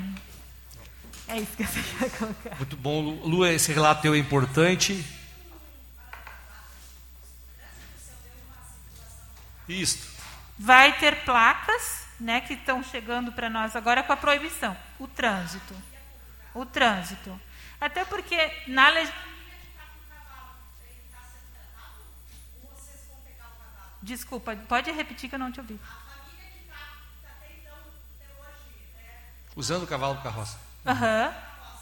é isso que eu queria colocar. Muito bom, Lu, esse relato teu é importante. Isso. Vai ter placas, né, que estão chegando para nós agora com a proibição. O trânsito. O trânsito. Até porque na legislação... Desculpa, pode repetir que eu não te ouvi. Usando o cavalo para carroça. Aham. Uhum.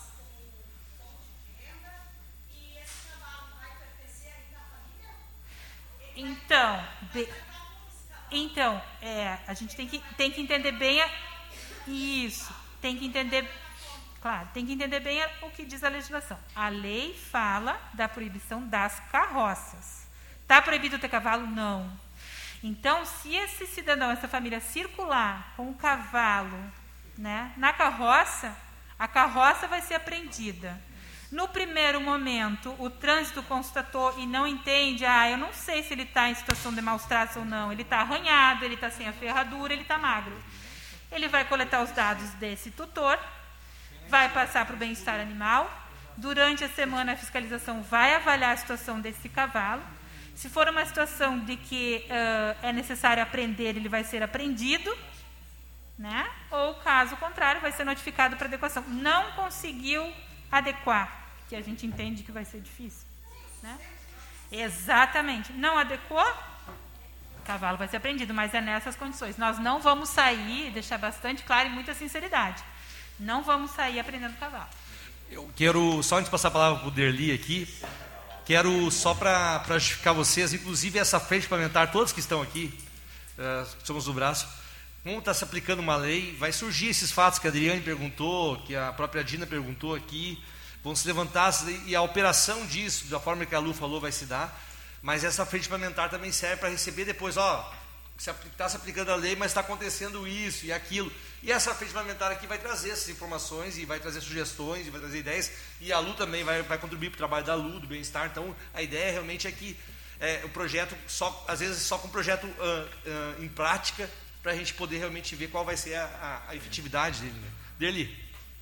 Então, de... então é, a gente tem que, tem que entender bem a... isso, tem que entender, claro, tem que entender bem a... o que diz a legislação. A lei fala da proibição das carroças. Está proibido ter cavalo? Não. Então, se esse cidadão, essa família circular com o cavalo, né, na carroça, a carroça vai ser apreendida. No primeiro momento, o trânsito constatou e não entende, ah, eu não sei se ele está em situação de maus tratos ou não, ele está arranhado, ele está sem a ferradura, ele está magro. Ele vai coletar os dados desse tutor, vai passar para o bem-estar animal, durante a semana a fiscalização vai avaliar a situação desse cavalo. Se for uma situação de que uh, é necessário apreender, ele vai ser apreendido, né? Ou caso contrário, vai ser notificado para adequação. Não conseguiu adequar, que a gente entende que vai ser difícil, né? Exatamente. Não adequou, o cavalo vai ser apreendido, mas é nessas condições. Nós não vamos sair, deixar bastante claro e muita sinceridade, não vamos sair aprendendo o cavalo. Eu quero, só antes de passar a palavra para o Derli aqui, quero só para justificar vocês, inclusive essa frente parlamentar, todos que estão aqui, uh, somos do braço, como está se aplicando uma lei, vai surgir esses fatos que a Adriane perguntou, que a própria Dina perguntou aqui, vão se levantar, e a operação disso, da forma que a Lu falou, vai se dar, mas essa frente parlamentar também serve para receber depois, ó, está se aplicando a lei, mas está acontecendo isso e aquilo, e essa frente parlamentar aqui vai trazer essas informações, e vai trazer sugestões, e vai trazer ideias, e a Lu também vai, vai contribuir para o trabalho da Lu, do bem-estar. Então, a ideia realmente é que é, o projeto, só, às vezes só com o projeto uh, uh, em prática, para a gente poder realmente ver qual vai ser a, a, a efetividade dele. Né? Dele.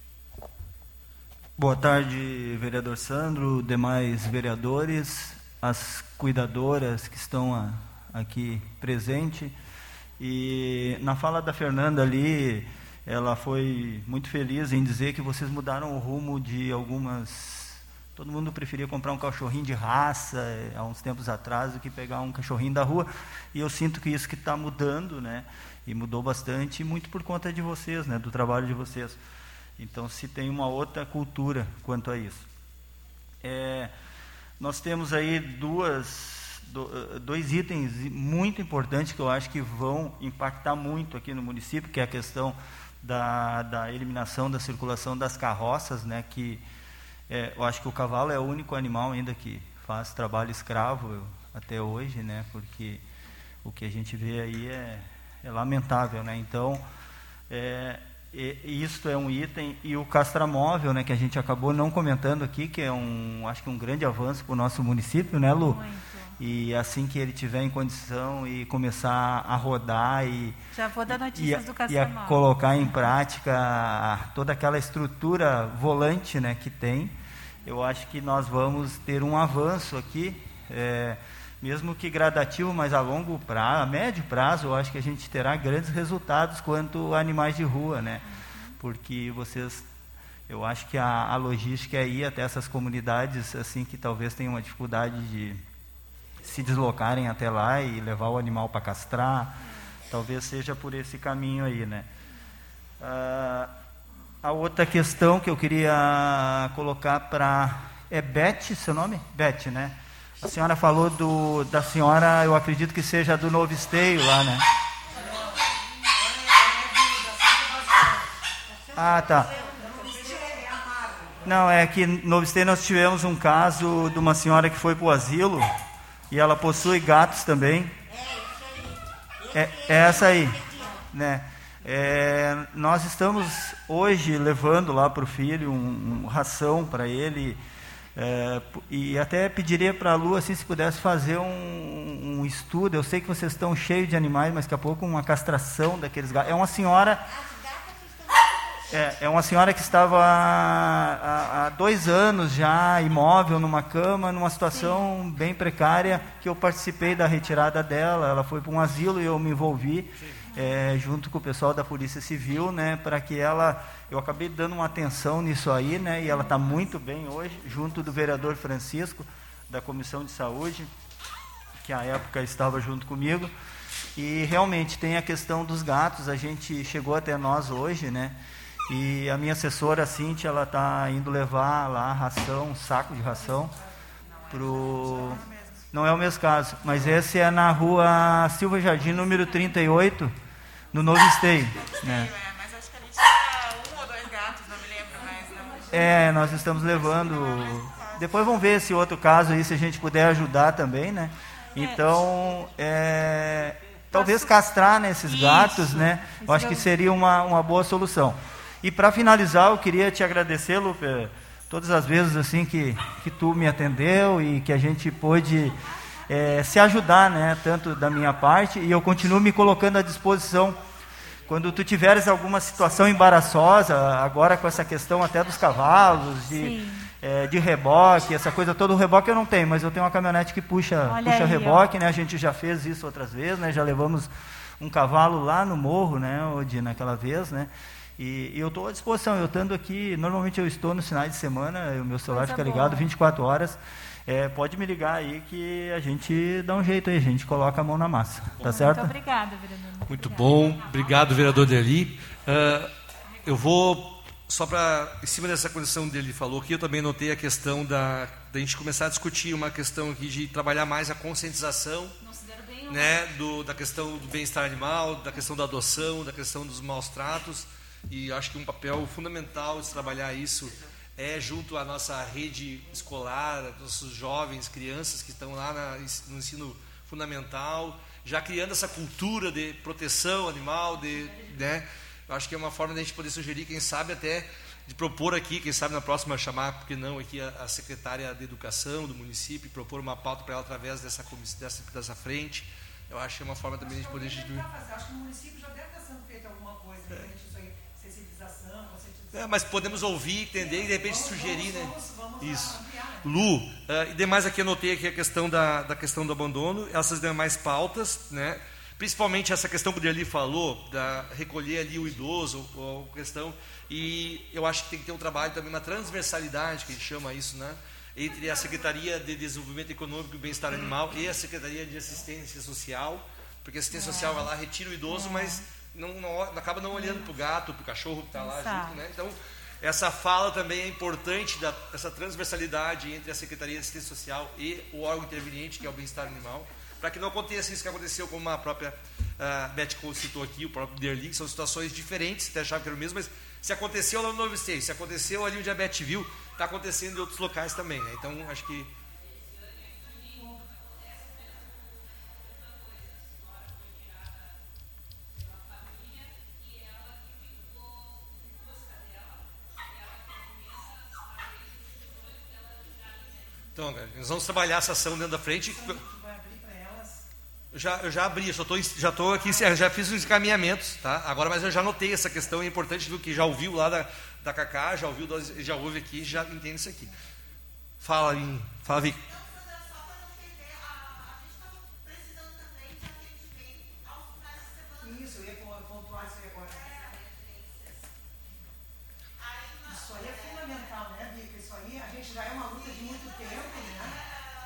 Boa tarde, vereador Sandro, demais vereadores, as cuidadoras que estão a, aqui presentes. E na fala da Fernanda ali, ela foi muito feliz em dizer que vocês mudaram o rumo de algumas... Todo mundo preferia comprar um cachorrinho de raça há uns tempos atrás do que pegar um cachorrinho da rua. E eu sinto que isso que está mudando, né? E mudou bastante, muito por conta de vocês, né? Do trabalho de vocês. Então, se tem uma outra cultura quanto a isso. É, nós temos aí duas, do, dois itens muito importantes que eu acho que vão impactar muito aqui no município, que é a questão da, da eliminação da circulação das carroças, né? Que É, eu acho que o cavalo é o único animal ainda que faz trabalho escravo até hoje, né? Porque o que a gente vê aí é, é lamentável, né? Então, é, e, isso é um item. E o castramóvel, né? Que a gente acabou não comentando aqui, que é um, acho que um grande avanço para o nosso município, né, Lu? Muito. E assim que ele tiver em condição e começar a rodar e já vou dar notícias e, do e a colocar em prática toda aquela estrutura volante, né, que tem, eu acho que nós vamos ter um avanço aqui, é, mesmo que gradativo, mas a longo prazo, a médio prazo, eu acho que a gente terá grandes resultados quanto a animais de rua, né? Porque vocês, eu acho que a, a logística é ir até essas comunidades assim que talvez tenham uma dificuldade de se deslocarem até lá e levar o animal para castrar, talvez seja por esse caminho aí, né? Ah, a outra questão que eu queria colocar para... É Beth, seu nome? Beth, né? A senhora falou do, da senhora, eu acredito que seja do Novo Esteio lá, né? Ah, tá. Não, é que no Novo Esteio nós tivemos um caso de uma senhora que foi para o asilo e ela possui gatos também. É, é essa aí, né? É, nós estamos hoje levando lá para o filho um, um ração para ele, é, e até pediria para a Lu assim, se pudesse fazer um, um estudo. Eu sei que vocês estão cheios de animais, mas daqui a pouco uma castração daqueles gatos. É uma senhora... É, é uma senhora que estava há, há dois anos já imóvel numa cama, numa situação Sim. bem precária, que eu participei da retirada dela. Ela foi para um asilo e eu me envolvi é, junto com o pessoal da Polícia Civil, né, para que ela... Eu acabei dando uma atenção nisso aí, né, e ela está muito bem hoje, junto do vereador Francisco, da Comissão de Saúde, que à época estava junto comigo. E realmente tem a questão dos gatos. A gente chegou até nós hoje, né? E a minha assessora, a Cíntia, ela está indo levar lá ração, um saco de ração pro... Não é o mesmo caso, mas esse é na rua Silva Jardim, número trinta e oito, no Novo Esteio, né? Mas acho que ali tinha um ou dois gatos, não me lembro mais. É, nós estamos levando... Depois vamos ver esse outro caso aí, se a gente puder ajudar também, né? Então, é... talvez castrar nesses né, gatos, né? Eu acho que seria uma, uma boa solução. E para finalizar, eu queria te agradecer, Lupe, todas as vezes assim que, que tu me atendeu e que a gente pôde é, se ajudar, né? Tanto da minha parte, e eu continuo me colocando à disposição. Quando tu tiveres alguma situação embaraçosa, agora com essa questão até dos cavalos, de, é, de reboque, essa coisa toda, o reboque eu não tenho, mas eu tenho uma caminhonete que puxa, puxa aí, reboque, ó. Né? A gente já fez isso outras vezes, né? Já levamos um cavalo lá no morro, né, Odi, naquela vez, né? E, e eu estou à disposição. Eu estando aqui, normalmente eu estou nos finais de semana, o meu celular fica ligado vinte e quatro horas. É, pode me ligar aí que a gente dá um jeito aí, a gente coloca a mão na massa, tá certo? Muito obrigada, vereador. Muito, Muito bom, obrigado, vereador Derli. Uh, eu vou, só para, em cima dessa condição dele falou aqui, eu também notei a questão da, da gente começar a discutir uma questão aqui de trabalhar mais a conscientização, né, do, da questão do bem-estar animal, da questão da adoção, da questão dos maus tratos, e acho que um papel fundamental de trabalhar isso é junto à nossa rede escolar, nossos jovens, crianças que estão lá na, no ensino fundamental, já criando essa cultura de proteção animal, de, né, acho que é uma forma de a gente poder sugerir, quem sabe até de propor aqui, quem sabe na próxima chamar, porque não, aqui a, a secretária de Educação do município, propor uma pauta para ela através dessa, dessa, dessa frente. Eu acho que é uma forma também de a gente poder... Acho que o município já deve estar sendo feito alguma coisa, é. Né? Isso aí, sensibilização, conscientização. É, mas podemos ouvir, entender e de repente vamos, sugerir, vamos, né? Vamos, vamos Isso. Ampliar, né? Lu, uh, e demais aqui anotei aqui a questão da, da questão do abandono, essas demais pautas, né? principalmente essa questão que o Derli falou, da recolher ali o idoso, a questão, e eu acho que tem que ter um trabalho também, uma transversalidade, que a gente chama isso, né? Entre a Secretaria de Desenvolvimento Econômico e Bem-Estar Animal e a Secretaria de Assistência Social, porque a assistência social vai lá, retira o idoso, mas não, não, acaba não olhando para o gato, para o cachorro que está lá junto, né? Então, essa fala também é importante, da, essa transversalidade entre a Secretaria de Assistência Social e o órgão interveniente, que é o Bem-Estar Animal, para que não aconteça isso que aconteceu, como a própria uh, Beth Cole citou aqui, o próprio Derli, que são situações diferentes, até achava que era o mesmo, mas se aconteceu lá no Novo Esteio, se aconteceu ali onde a Beth viu, está acontecendo em outros locais também, né? Então, acho que... Então, nós vamos trabalhar essa ação dentro da frente. Eu já, eu já abri, eu só tô, já estou aqui, já fiz os encaminhamentos, tá? Agora, mas eu já notei essa questão, é importante, viu, que já ouviu lá da, da Cacá, já ouviu, já ouve aqui, já entende isso aqui. Fala, Vini. Fala, Vic. Isso, eu ia pontuar isso aí agora. Isso aí é fundamental, né, Vic? Isso aí, a gente já é uma luta de muito tempo, né?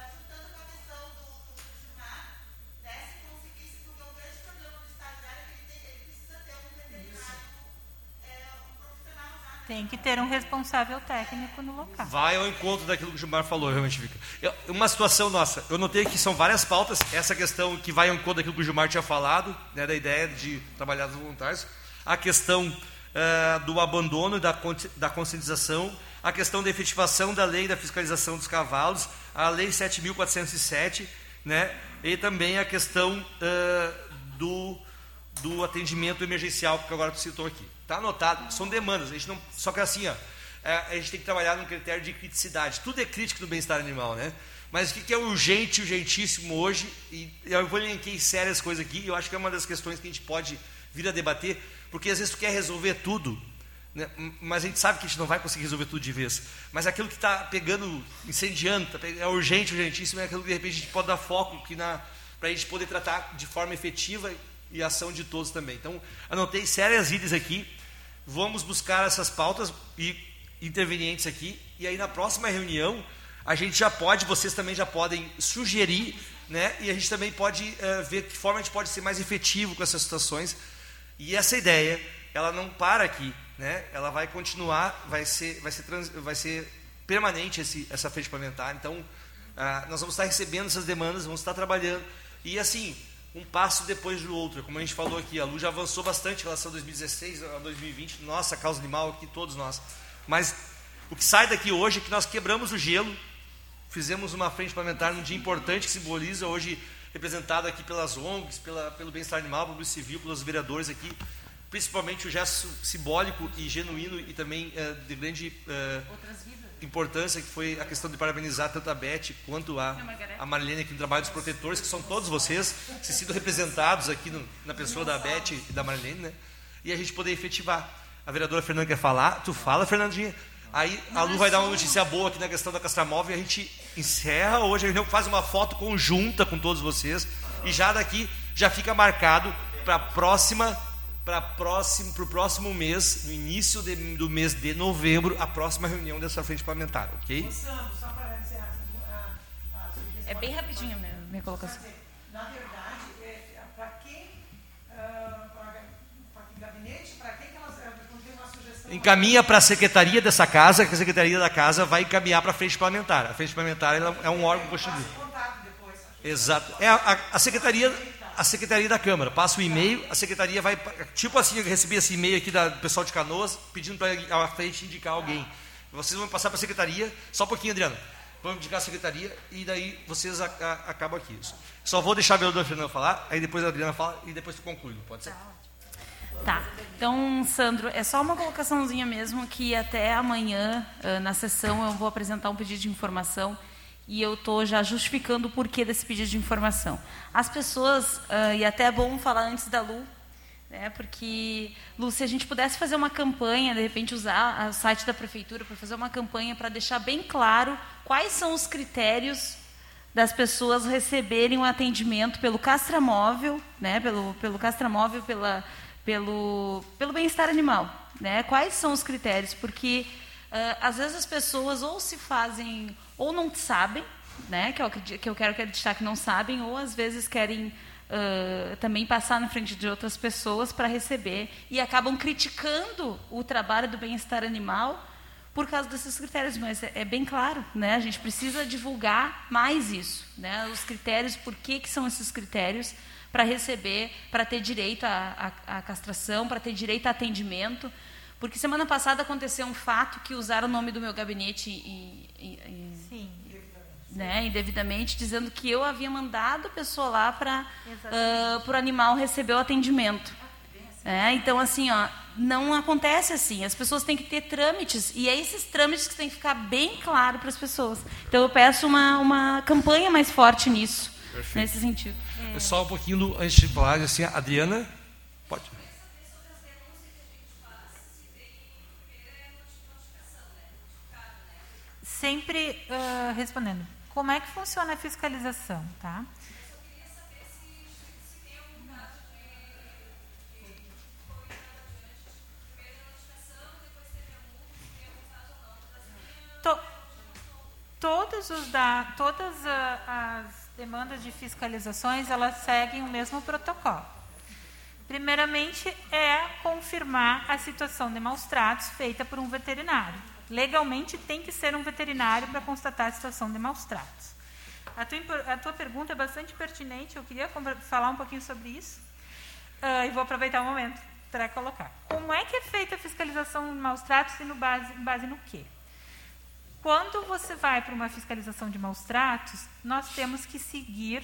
Tem que ter um responsável técnico no local. Vai ao encontro daquilo que o Gilmar falou, realmente fica. Eu, uma situação nossa, eu notei que são várias pautas, essa questão que vai ao encontro daquilo que o Gilmar tinha falado, né, da ideia de trabalhar os voluntários, a questão uh, do abandono e da, da conscientização, a questão da efetivação da lei da fiscalização dos cavalos, a lei sete mil quatrocentos e sete, né, e também a questão uh, do, do atendimento emergencial, que agora tu citou aqui. Está anotado, são demandas, a gente não, só que assim, ó, a gente tem que trabalhar num critério de criticidade. Tudo é crítico no bem-estar animal, né? Mas o que é urgente, urgentíssimo hoje, e eu vou elenquei sérias coisas aqui, eu acho que é uma das questões que a gente pode vir a debater, porque às vezes tu quer resolver tudo, né? Mas a gente sabe que a gente não vai conseguir resolver tudo de vez. Mas aquilo que está pegando, incendiando, tá pegando, é urgente, urgentíssimo, é aquilo que de repente a gente pode dar foco para a gente poder tratar de forma efetiva e a ação de todos também. Então, anotei sérias itens aqui, vamos buscar essas pautas e intervenientes aqui, e aí na próxima reunião a gente já pode, vocês também já podem sugerir, né, e a gente também pode uh, ver que forma a gente pode ser mais efetivo com essas situações, e essa ideia, ela não para aqui, né, ela vai continuar, vai ser, vai ser, trans, vai ser permanente esse, essa frente parlamentar. Então, uh, nós vamos estar recebendo essas demandas, vamos estar trabalhando, e assim, um passo depois do outro, como a gente falou aqui, a Lu já avançou bastante em relação a dois mil e dezesseis a dois mil e vinte, nossa causa animal aqui, todos nós, mas o que sai daqui hoje é que nós quebramos o gelo, fizemos uma frente parlamentar num dia importante que simboliza hoje, representado aqui pelas O N Gs, pela, pelo bem-estar animal, pelo civil, pelos vereadores aqui, principalmente o gesto simbólico e genuíno e também uh, de grande uh, importância, que foi a questão de parabenizar tanto a Beth quanto a, a Marlene aqui no trabalho dos protetores, que são todos vocês, se sido representados aqui no, na pessoa da Beth e da Marlene, né? E a gente poder efetivar. A vereadora Fernanda quer falar? Tu fala, Fernandinha. Aí a Lu vai dar uma notícia boa aqui na questão da Castramóvel e a gente encerra hoje, a gente faz uma foto conjunta com todos vocês e já daqui já fica marcado para a próxima para próximo, para o próximo mês, no início de, do mês de novembro, a próxima reunião dessa frente parlamentar, ok? É bem rapidinho a minha, minha colocação. Na verdade, é, para quem, uh, para que gabinete, para quem que elas têm uma sugestão? Encaminha para a secretaria dessa casa, que a secretaria da casa vai encaminhar para a frente parlamentar. A frente parlamentar ela é um órgão constituído. Exato. É a, a, a secretaria... a Secretaria da Câmara, passa o e-mail, a Secretaria vai, tipo assim, eu recebi esse e-mail aqui do pessoal de Canoas, pedindo para a frente indicar alguém. Vocês vão passar para a Secretaria, só um pouquinho, Adriano, vamos indicar a Secretaria e daí vocês a, a, acabam aqui. Só vou deixar a vereadora Fernanda falar, aí depois a Adriana fala e depois tu conclui, pode ser? Tá, então, Sandro, é só uma colocaçãozinha mesmo, que até amanhã, na sessão, eu vou apresentar um pedido de informação. E eu estou já justificando o porquê desse pedido de informação. As pessoas, uh, e até é bom falar antes da Lu, né, porque, Lu, se a gente pudesse fazer uma campanha, de repente usar o site da Prefeitura para fazer uma campanha para deixar bem claro quais são os critérios das pessoas receberem um atendimento pelo castramóvel, né, pelo, pelo castramóvel, pela, pelo, pelo bem-estar animal. Né? Quais são os critérios? Porque, uh, às vezes, as pessoas ou se fazem, ou não sabem, né, que, eu, que eu quero acreditar que não sabem, ou, às vezes, querem uh, também passar na frente de outras pessoas para receber, e acabam criticando o trabalho do bem-estar animal por causa desses critérios, mas é, é bem claro, né? A gente precisa divulgar mais isso, né? Os critérios, por que, que são esses critérios para receber, para ter direito à, à, à castração, para ter direito a atendimento, porque semana passada aconteceu um fato que usaram o nome do meu gabinete e, e, e, Sim. Né, indevidamente, dizendo que eu havia mandado a pessoa lá para uh, o animal receber o atendimento. É, então, assim, ó, não acontece assim. As pessoas têm que ter trâmites, e é esses trâmites que têm que ficar bem claro para as pessoas. Então, eu peço uma, uma campanha mais forte nisso, Perfeito. Nesse sentido. É. Só um pouquinho, do, antes de falar, assim, a Adriana, pode. Sempre uh, respondendo, como é que funciona a fiscalização, tá? To, todos os da, todas a, as demandas de fiscalizações, elas seguem o mesmo protocolo. Primeiramente, é confirmar a situação de maus-tratos feita por um veterinário. Legalmente, tem que ser um veterinário para constatar a situação de maus-tratos. A tua, a tua pergunta é bastante pertinente, eu queria falar um pouquinho sobre isso, uh, e vou aproveitar o momento para colocar. Como é que é feita a fiscalização de maus-tratos e no base, base no quê? Quando você vai para uma fiscalização de maus-tratos, nós temos que seguir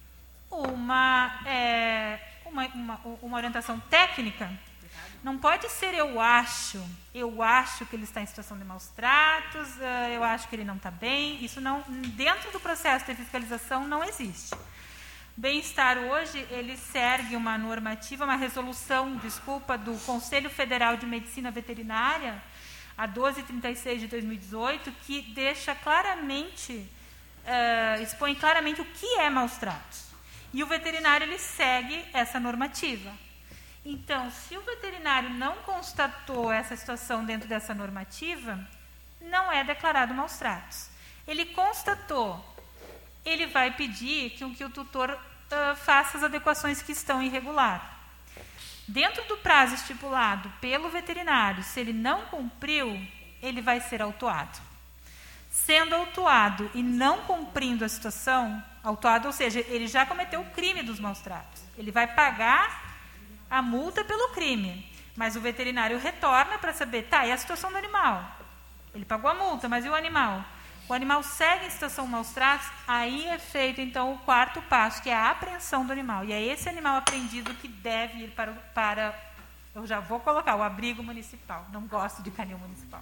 uma, é, uma, uma, uma orientação técnica. Não pode ser eu acho, eu acho que ele está em situação de maus-tratos, eu acho que ele não está bem. Isso não, dentro do processo de fiscalização não existe. Bem-estar hoje, ele segue uma normativa, uma resolução, desculpa, do Conselho Federal de Medicina Veterinária, a doze trinta e seis de dois mil e dezoito, que deixa claramente, uh, expõe claramente o que é maus-tratos. E o veterinário, ele segue essa normativa. Então, se o veterinário não constatou essa situação dentro dessa normativa, não é declarado maus-tratos. Ele constatou, ele vai pedir que, que o tutor uh, faça as adequações que estão irregulares. Dentro do prazo estipulado pelo veterinário, se ele não cumpriu, ele vai ser autuado. Sendo autuado e não cumprindo a situação, autuado, ou seja, ele já cometeu o crime dos maus-tratos. Ele vai pagar a multa pelo crime, mas o veterinário retorna para saber, tá, e a situação do animal? Ele pagou a multa, mas e o animal? O animal segue em situação de maus-tratos, aí é feito, então, o quarto passo, que é a apreensão do animal. E é esse animal apreendido que deve ir para, para, eu já vou colocar, o abrigo municipal. Não gosto de canil municipal.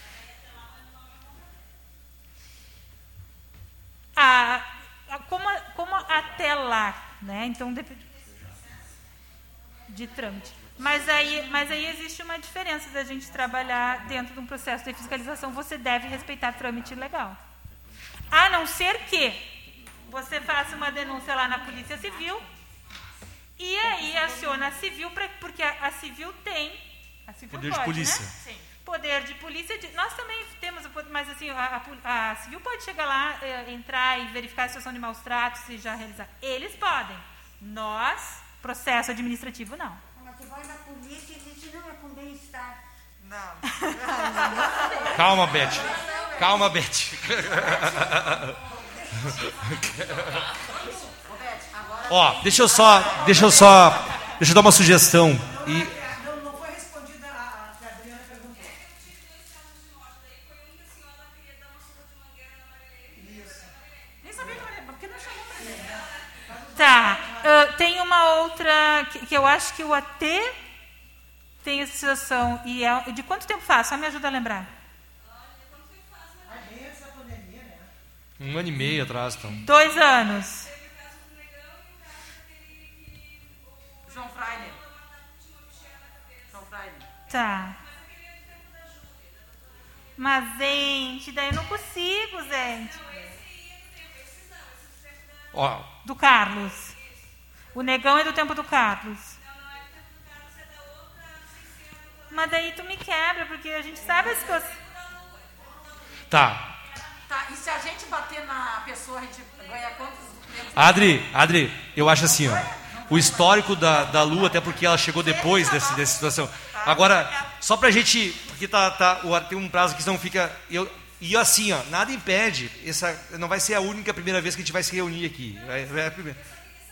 A, a, como, como até lá, né? Então, depende de trâmite. Mas aí, mas aí existe uma diferença da gente trabalhar dentro de um processo de fiscalização. Você deve respeitar trâmite legal. A não ser que você faça uma denúncia lá na Polícia Civil e aí aciona a Civil, pra, porque a, a Civil tem... A Civil poder pode, de polícia. Né? Sim. Poder de polícia. De, nós também temos, mas assim, a, a, a Civil pode chegar lá, é, entrar e verificar a situação de maus-tratos e já realizar. Eles podem. Nós, processo administrativo, não. Mas você vai na polícia e diz que não é com bem-estar. Não. Calma, Beth. Calma, Beth. Ó, deixa eu só, deixa eu só, deixa eu dar uma sugestão. E Não, não foi respondida a que a Adriana perguntou. Isso. Nem sabia que era, porque não chamou pra ele. Tá. Uh, tem uma outra que, que eu acho que o A T tem essa situação. E é, de quanto tempo faz? Só me ajuda a lembrar. um ano e meio atrás, então. Dois anos. João Freire. João Freire. Tá. Mas, gente, daí eu não consigo, gente. Ó. Do Carlos. O negão é do tempo do Carlos. Mas daí tu me quebra, porque a gente sabe as coisas. Tá. Tá, e se a gente bater na pessoa, a gente ganha quantos? Adri, Adri, eu acho assim, ó. O histórico da, da Lu, até porque ela chegou depois desse, dessa situação. Agora, só pra gente. Porque tá, tá, tem um prazo que não fica. Eu, e assim, ó, nada impede. Essa não vai ser a única primeira vez que a gente vai se reunir aqui. É, é a primeira.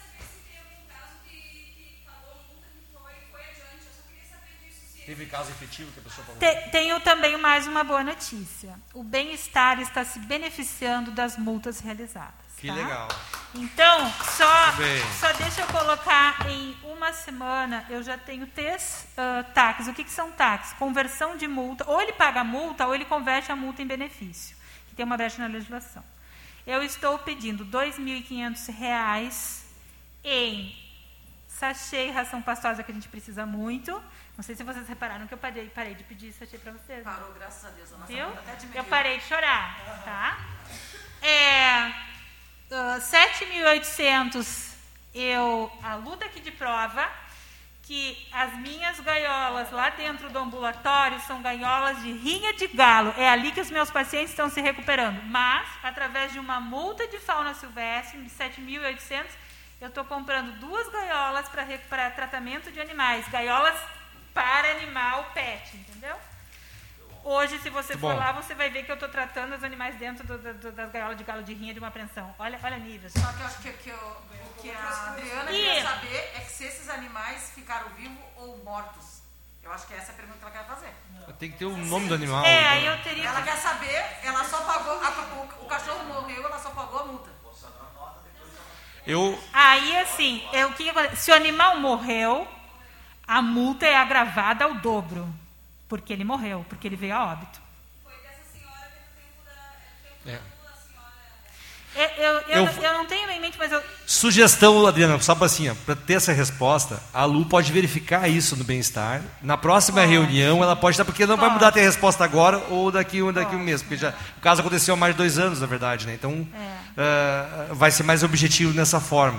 Teve caso efetivo que a pessoa falou? Te, tenho também mais uma boa notícia. O Bem-Estar está se beneficiando das multas realizadas. Que tá? legal. Então, só, só deixa eu colocar, em uma semana eu já tenho três uh, taxas. O que, que são taxas? Conversão de multa. Ou ele paga a multa, ou ele converte a multa em benefício. Que tem uma brecha na legislação. Eu estou pedindo dois mil e quinhentos reais em sachê e ração pastosa, que a gente precisa muito. Não sei se vocês repararam que eu parei, parei de pedir sachê para vocês. Parou, graças a Deus. A nossa Viu? até diminuiu. Eu parei de chorar. Tá? É, uh, sete mil e oitocentos eu aludo aqui de prova que as minhas gaiolas lá dentro do ambulatório são gaiolas de rinha de galo. É ali que os meus pacientes estão se recuperando. Mas, através de uma multa de fauna silvestre de sete mil e oitocentos, eu estou comprando duas gaiolas para recuperar tratamento de animais. Gaiolas para animal pet, entendeu? Hoje, se você for lá, você vai ver que eu estou tratando os animais dentro do, do, das gaiolas de galo de rinha de uma apreensão. Olha, olha nível. Só que eu acho que, que, eu, o que a Adriana e... quer saber é que se esses animais ficaram vivos ou mortos. Eu acho que essa é a pergunta que ela quer fazer. Tem que ter o nome do animal. É, aí eu teria... Ela quer saber, ela só pagou, a, o, o cachorro morreu, ela só pagou a multa. Eu... Aí, assim, eu, que, se o animal morreu, a multa é agravada ao dobro. Porque ele morreu, porque ele veio a óbito. Foi dessa senhora que no tempo da... É. Eu, eu, eu, eu não tenho em mente, mas eu... Sugestão, Adriana, só para assim, para ter essa resposta, a Lu pode verificar isso no Bem-Estar. Na próxima pode. reunião, ela pode estar, porque não pode. vai mudar a ter resposta agora ou daqui, daqui um mês. Porque já, o caso aconteceu há mais de dois anos, na verdade, né? Então, é. uh, vai ser mais objetivo nessa forma.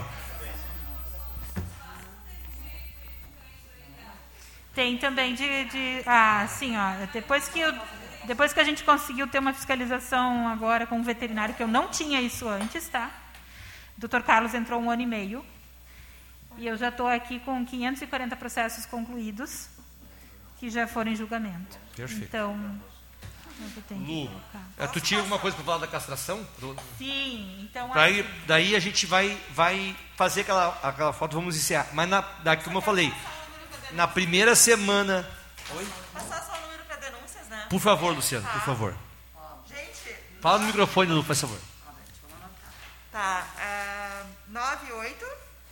Tem também de, de... Ah, sim, ó. Depois que, eu, depois que a gente conseguiu ter uma fiscalização agora com o veterinário, que eu não tinha isso antes, tá? O doutor Carlos entrou um ano e meio. E eu já estou aqui com quinhentos e quarenta processos concluídos, que já foram em julgamento. Perfeito. Então, eu tenho Lu, que tu tinha alguma coisa para falar da castração? Sim, então... Daí, assim, daí a gente vai, vai fazer aquela, aquela foto, vamos encerrar. Mas, na, daqui, como eu falei... Na primeira semana... Oi? Passar só o número para denúncias, né? Por favor, Luciano, por favor. Gente... Fala no microfone, Lu, por favor. Tá. Uh, nove oito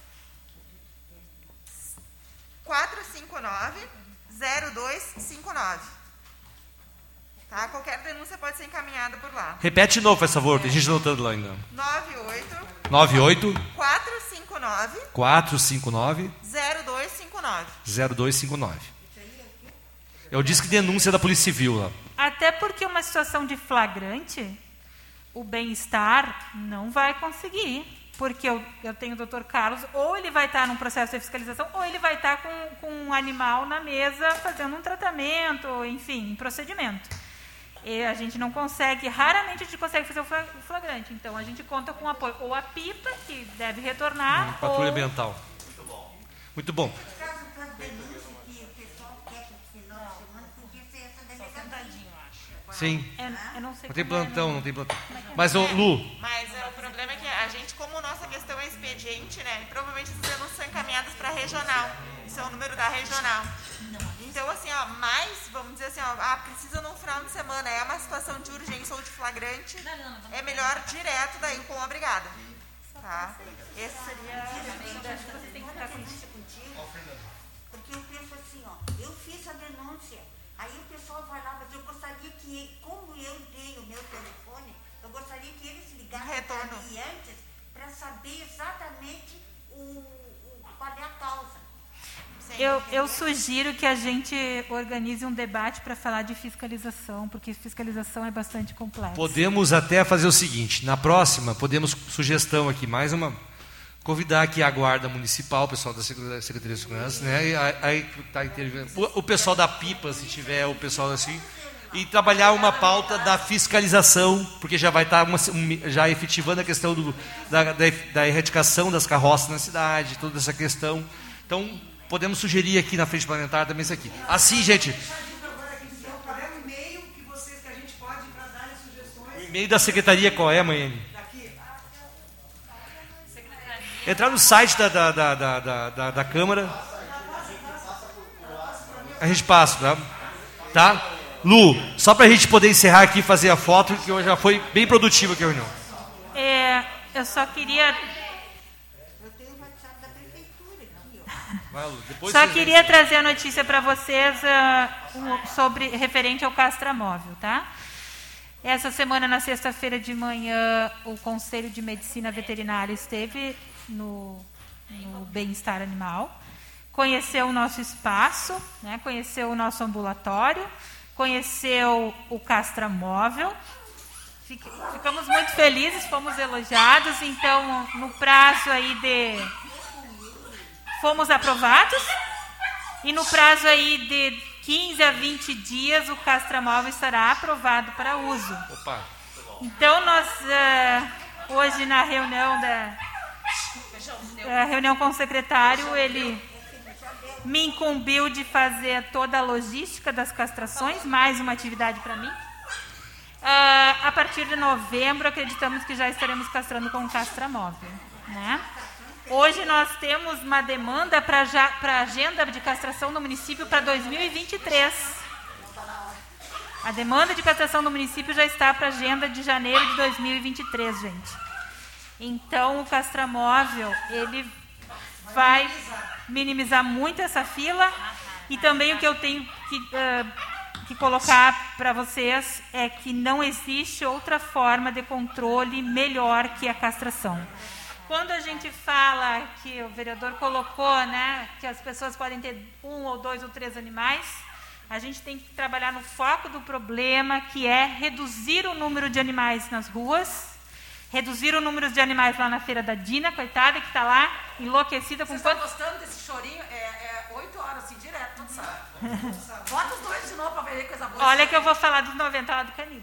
quatro cinco nove zero dois cinco nove. Tá? Qualquer denúncia pode ser encaminhada por lá. Repete de novo, por favor, tem gente anotando lá ainda. nove oito nove oito quatro cinco nove quatro cinco nove zero dois cinco nove. zero dois cinco nove. Eu disse que denúncia da Polícia Civil lá. Até porque uma situação de flagrante, o Bem-Estar não vai conseguir. Porque eu, eu tenho o doutor Carlos, ou ele vai estar num processo de fiscalização, ou ele vai estar com, com um animal na mesa fazendo um tratamento, enfim, um procedimento. E a gente não consegue, raramente a gente consegue fazer o flagrante. Então, a gente conta com o apoio. Ou a PIPA, que deve retornar, hum, Patrulha ou... Ambiental. Muito bom. Muito bom. Sim. É, eu não, sei não tem é, plantão, não... não tem plantão. Mas, ô, Lu... Mas é, o problema é que a gente, como nossa questão é expediente, né? Provavelmente as denúncias são encaminhadas para a regional. Isso é o número da regional. Então, assim, ó, mais, vamos dizer assim, ó, ah, precisa num final de semana, é uma situação de urgência ou de flagrante, é melhor direto daí com a brigada. Tá? Esse seria... Você tem que ficar contigo, porque eu penso assim, ó, eu fiz a denúncia, aí o pessoal vai lá, mas eu gostaria que, como eu tenho o meu telefone, eu gostaria que eles ligassem para mim antes, para saber exatamente o, o, qual é a causa. Eu, eu sugiro que a gente organize um debate para falar de fiscalização, porque fiscalização é bastante complexo. Podemos até fazer o seguinte, na próxima, podemos, sugestão aqui, mais uma, convidar aqui a Guarda Municipal, o pessoal da Secretaria de Segurança, né, e aí, tá, o, o pessoal da Pipa, se tiver, o pessoal assim, e trabalhar uma pauta da fiscalização, porque já vai estar uma, um, já efetivando a questão do, da, da, da erradicação das carroças na cidade, toda essa questão. Então, podemos sugerir aqui na frente parlamentar também isso aqui. Assim, gente. O e-mail da secretaria qual é, Maiane? Entrar no site da, da, da, da, da, da Câmara. A gente passa, tá? Tá? Lu, só para a gente poder encerrar aqui e fazer a foto, que hoje já foi bem produtiva aqui a reunião. É, eu só queria... Só queria trazer a notícia para vocês uh, um, sobre, referente ao castramóvel, tá? Essa semana, na sexta-feira de manhã, o Conselho de Medicina Veterinária esteve no, no Bem-Estar Animal, conheceu o nosso espaço, né, conheceu o nosso ambulatório, conheceu o castramóvel. Ficamos muito felizes, fomos elogiados, então, no prazo aí de... Fomos aprovados e no prazo aí de quinze a vinte dias o castramóvel estará aprovado para uso. Opa. Então nós uh, hoje na reunião da a reunião com o secretário, ele me incumbiu de fazer toda a logística das castrações, mais uma atividade para mim. Uh, a partir de novembro acreditamos que já estaremos castrando com o castramóvel, né? Hoje nós temos uma demanda para a agenda de castração no município para dois mil e vinte e três. A demanda de castração no município já está para a agenda de janeiro de dois mil e vinte e três, gente. Então, o castramóvel, ele vai minimizar muito essa fila. E também o que eu tenho que, uh, que colocar para vocês é que não existe outra forma de controle melhor que a castração. Quando a gente fala que o vereador colocou, né, que as pessoas podem ter um ou dois ou três animais, a gente tem que trabalhar no foco do problema, que é reduzir o número de animais nas ruas, reduzir o número de animais lá na feira da Dina, coitada, que está lá enlouquecida com quanto... Vocês estão gostando desse chorinho? É oito horas assim, direto, todo sábado. Bota os dois de novo para ver coisa boa. Olha que eu vou falar dos noventa lá do Canil.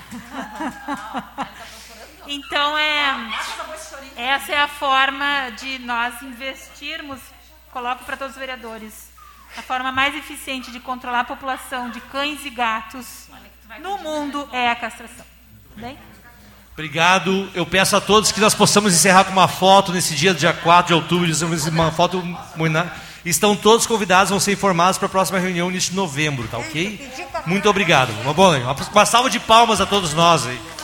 Então, é, essa é a forma de nós investirmos, coloco para todos os vereadores, a forma mais eficiente de controlar a população de cães e gatos no mundo é a castração. Bem? Obrigado. Eu peço a todos que nós possamos encerrar com uma foto nesse dia, dia quatro de outubro, uma foto. Estão todos convidados, vão ser informados para a próxima reunião neste novembro, tá ok? Muito obrigado. Uma boa noite. Uma salva de palmas a todos nós aí.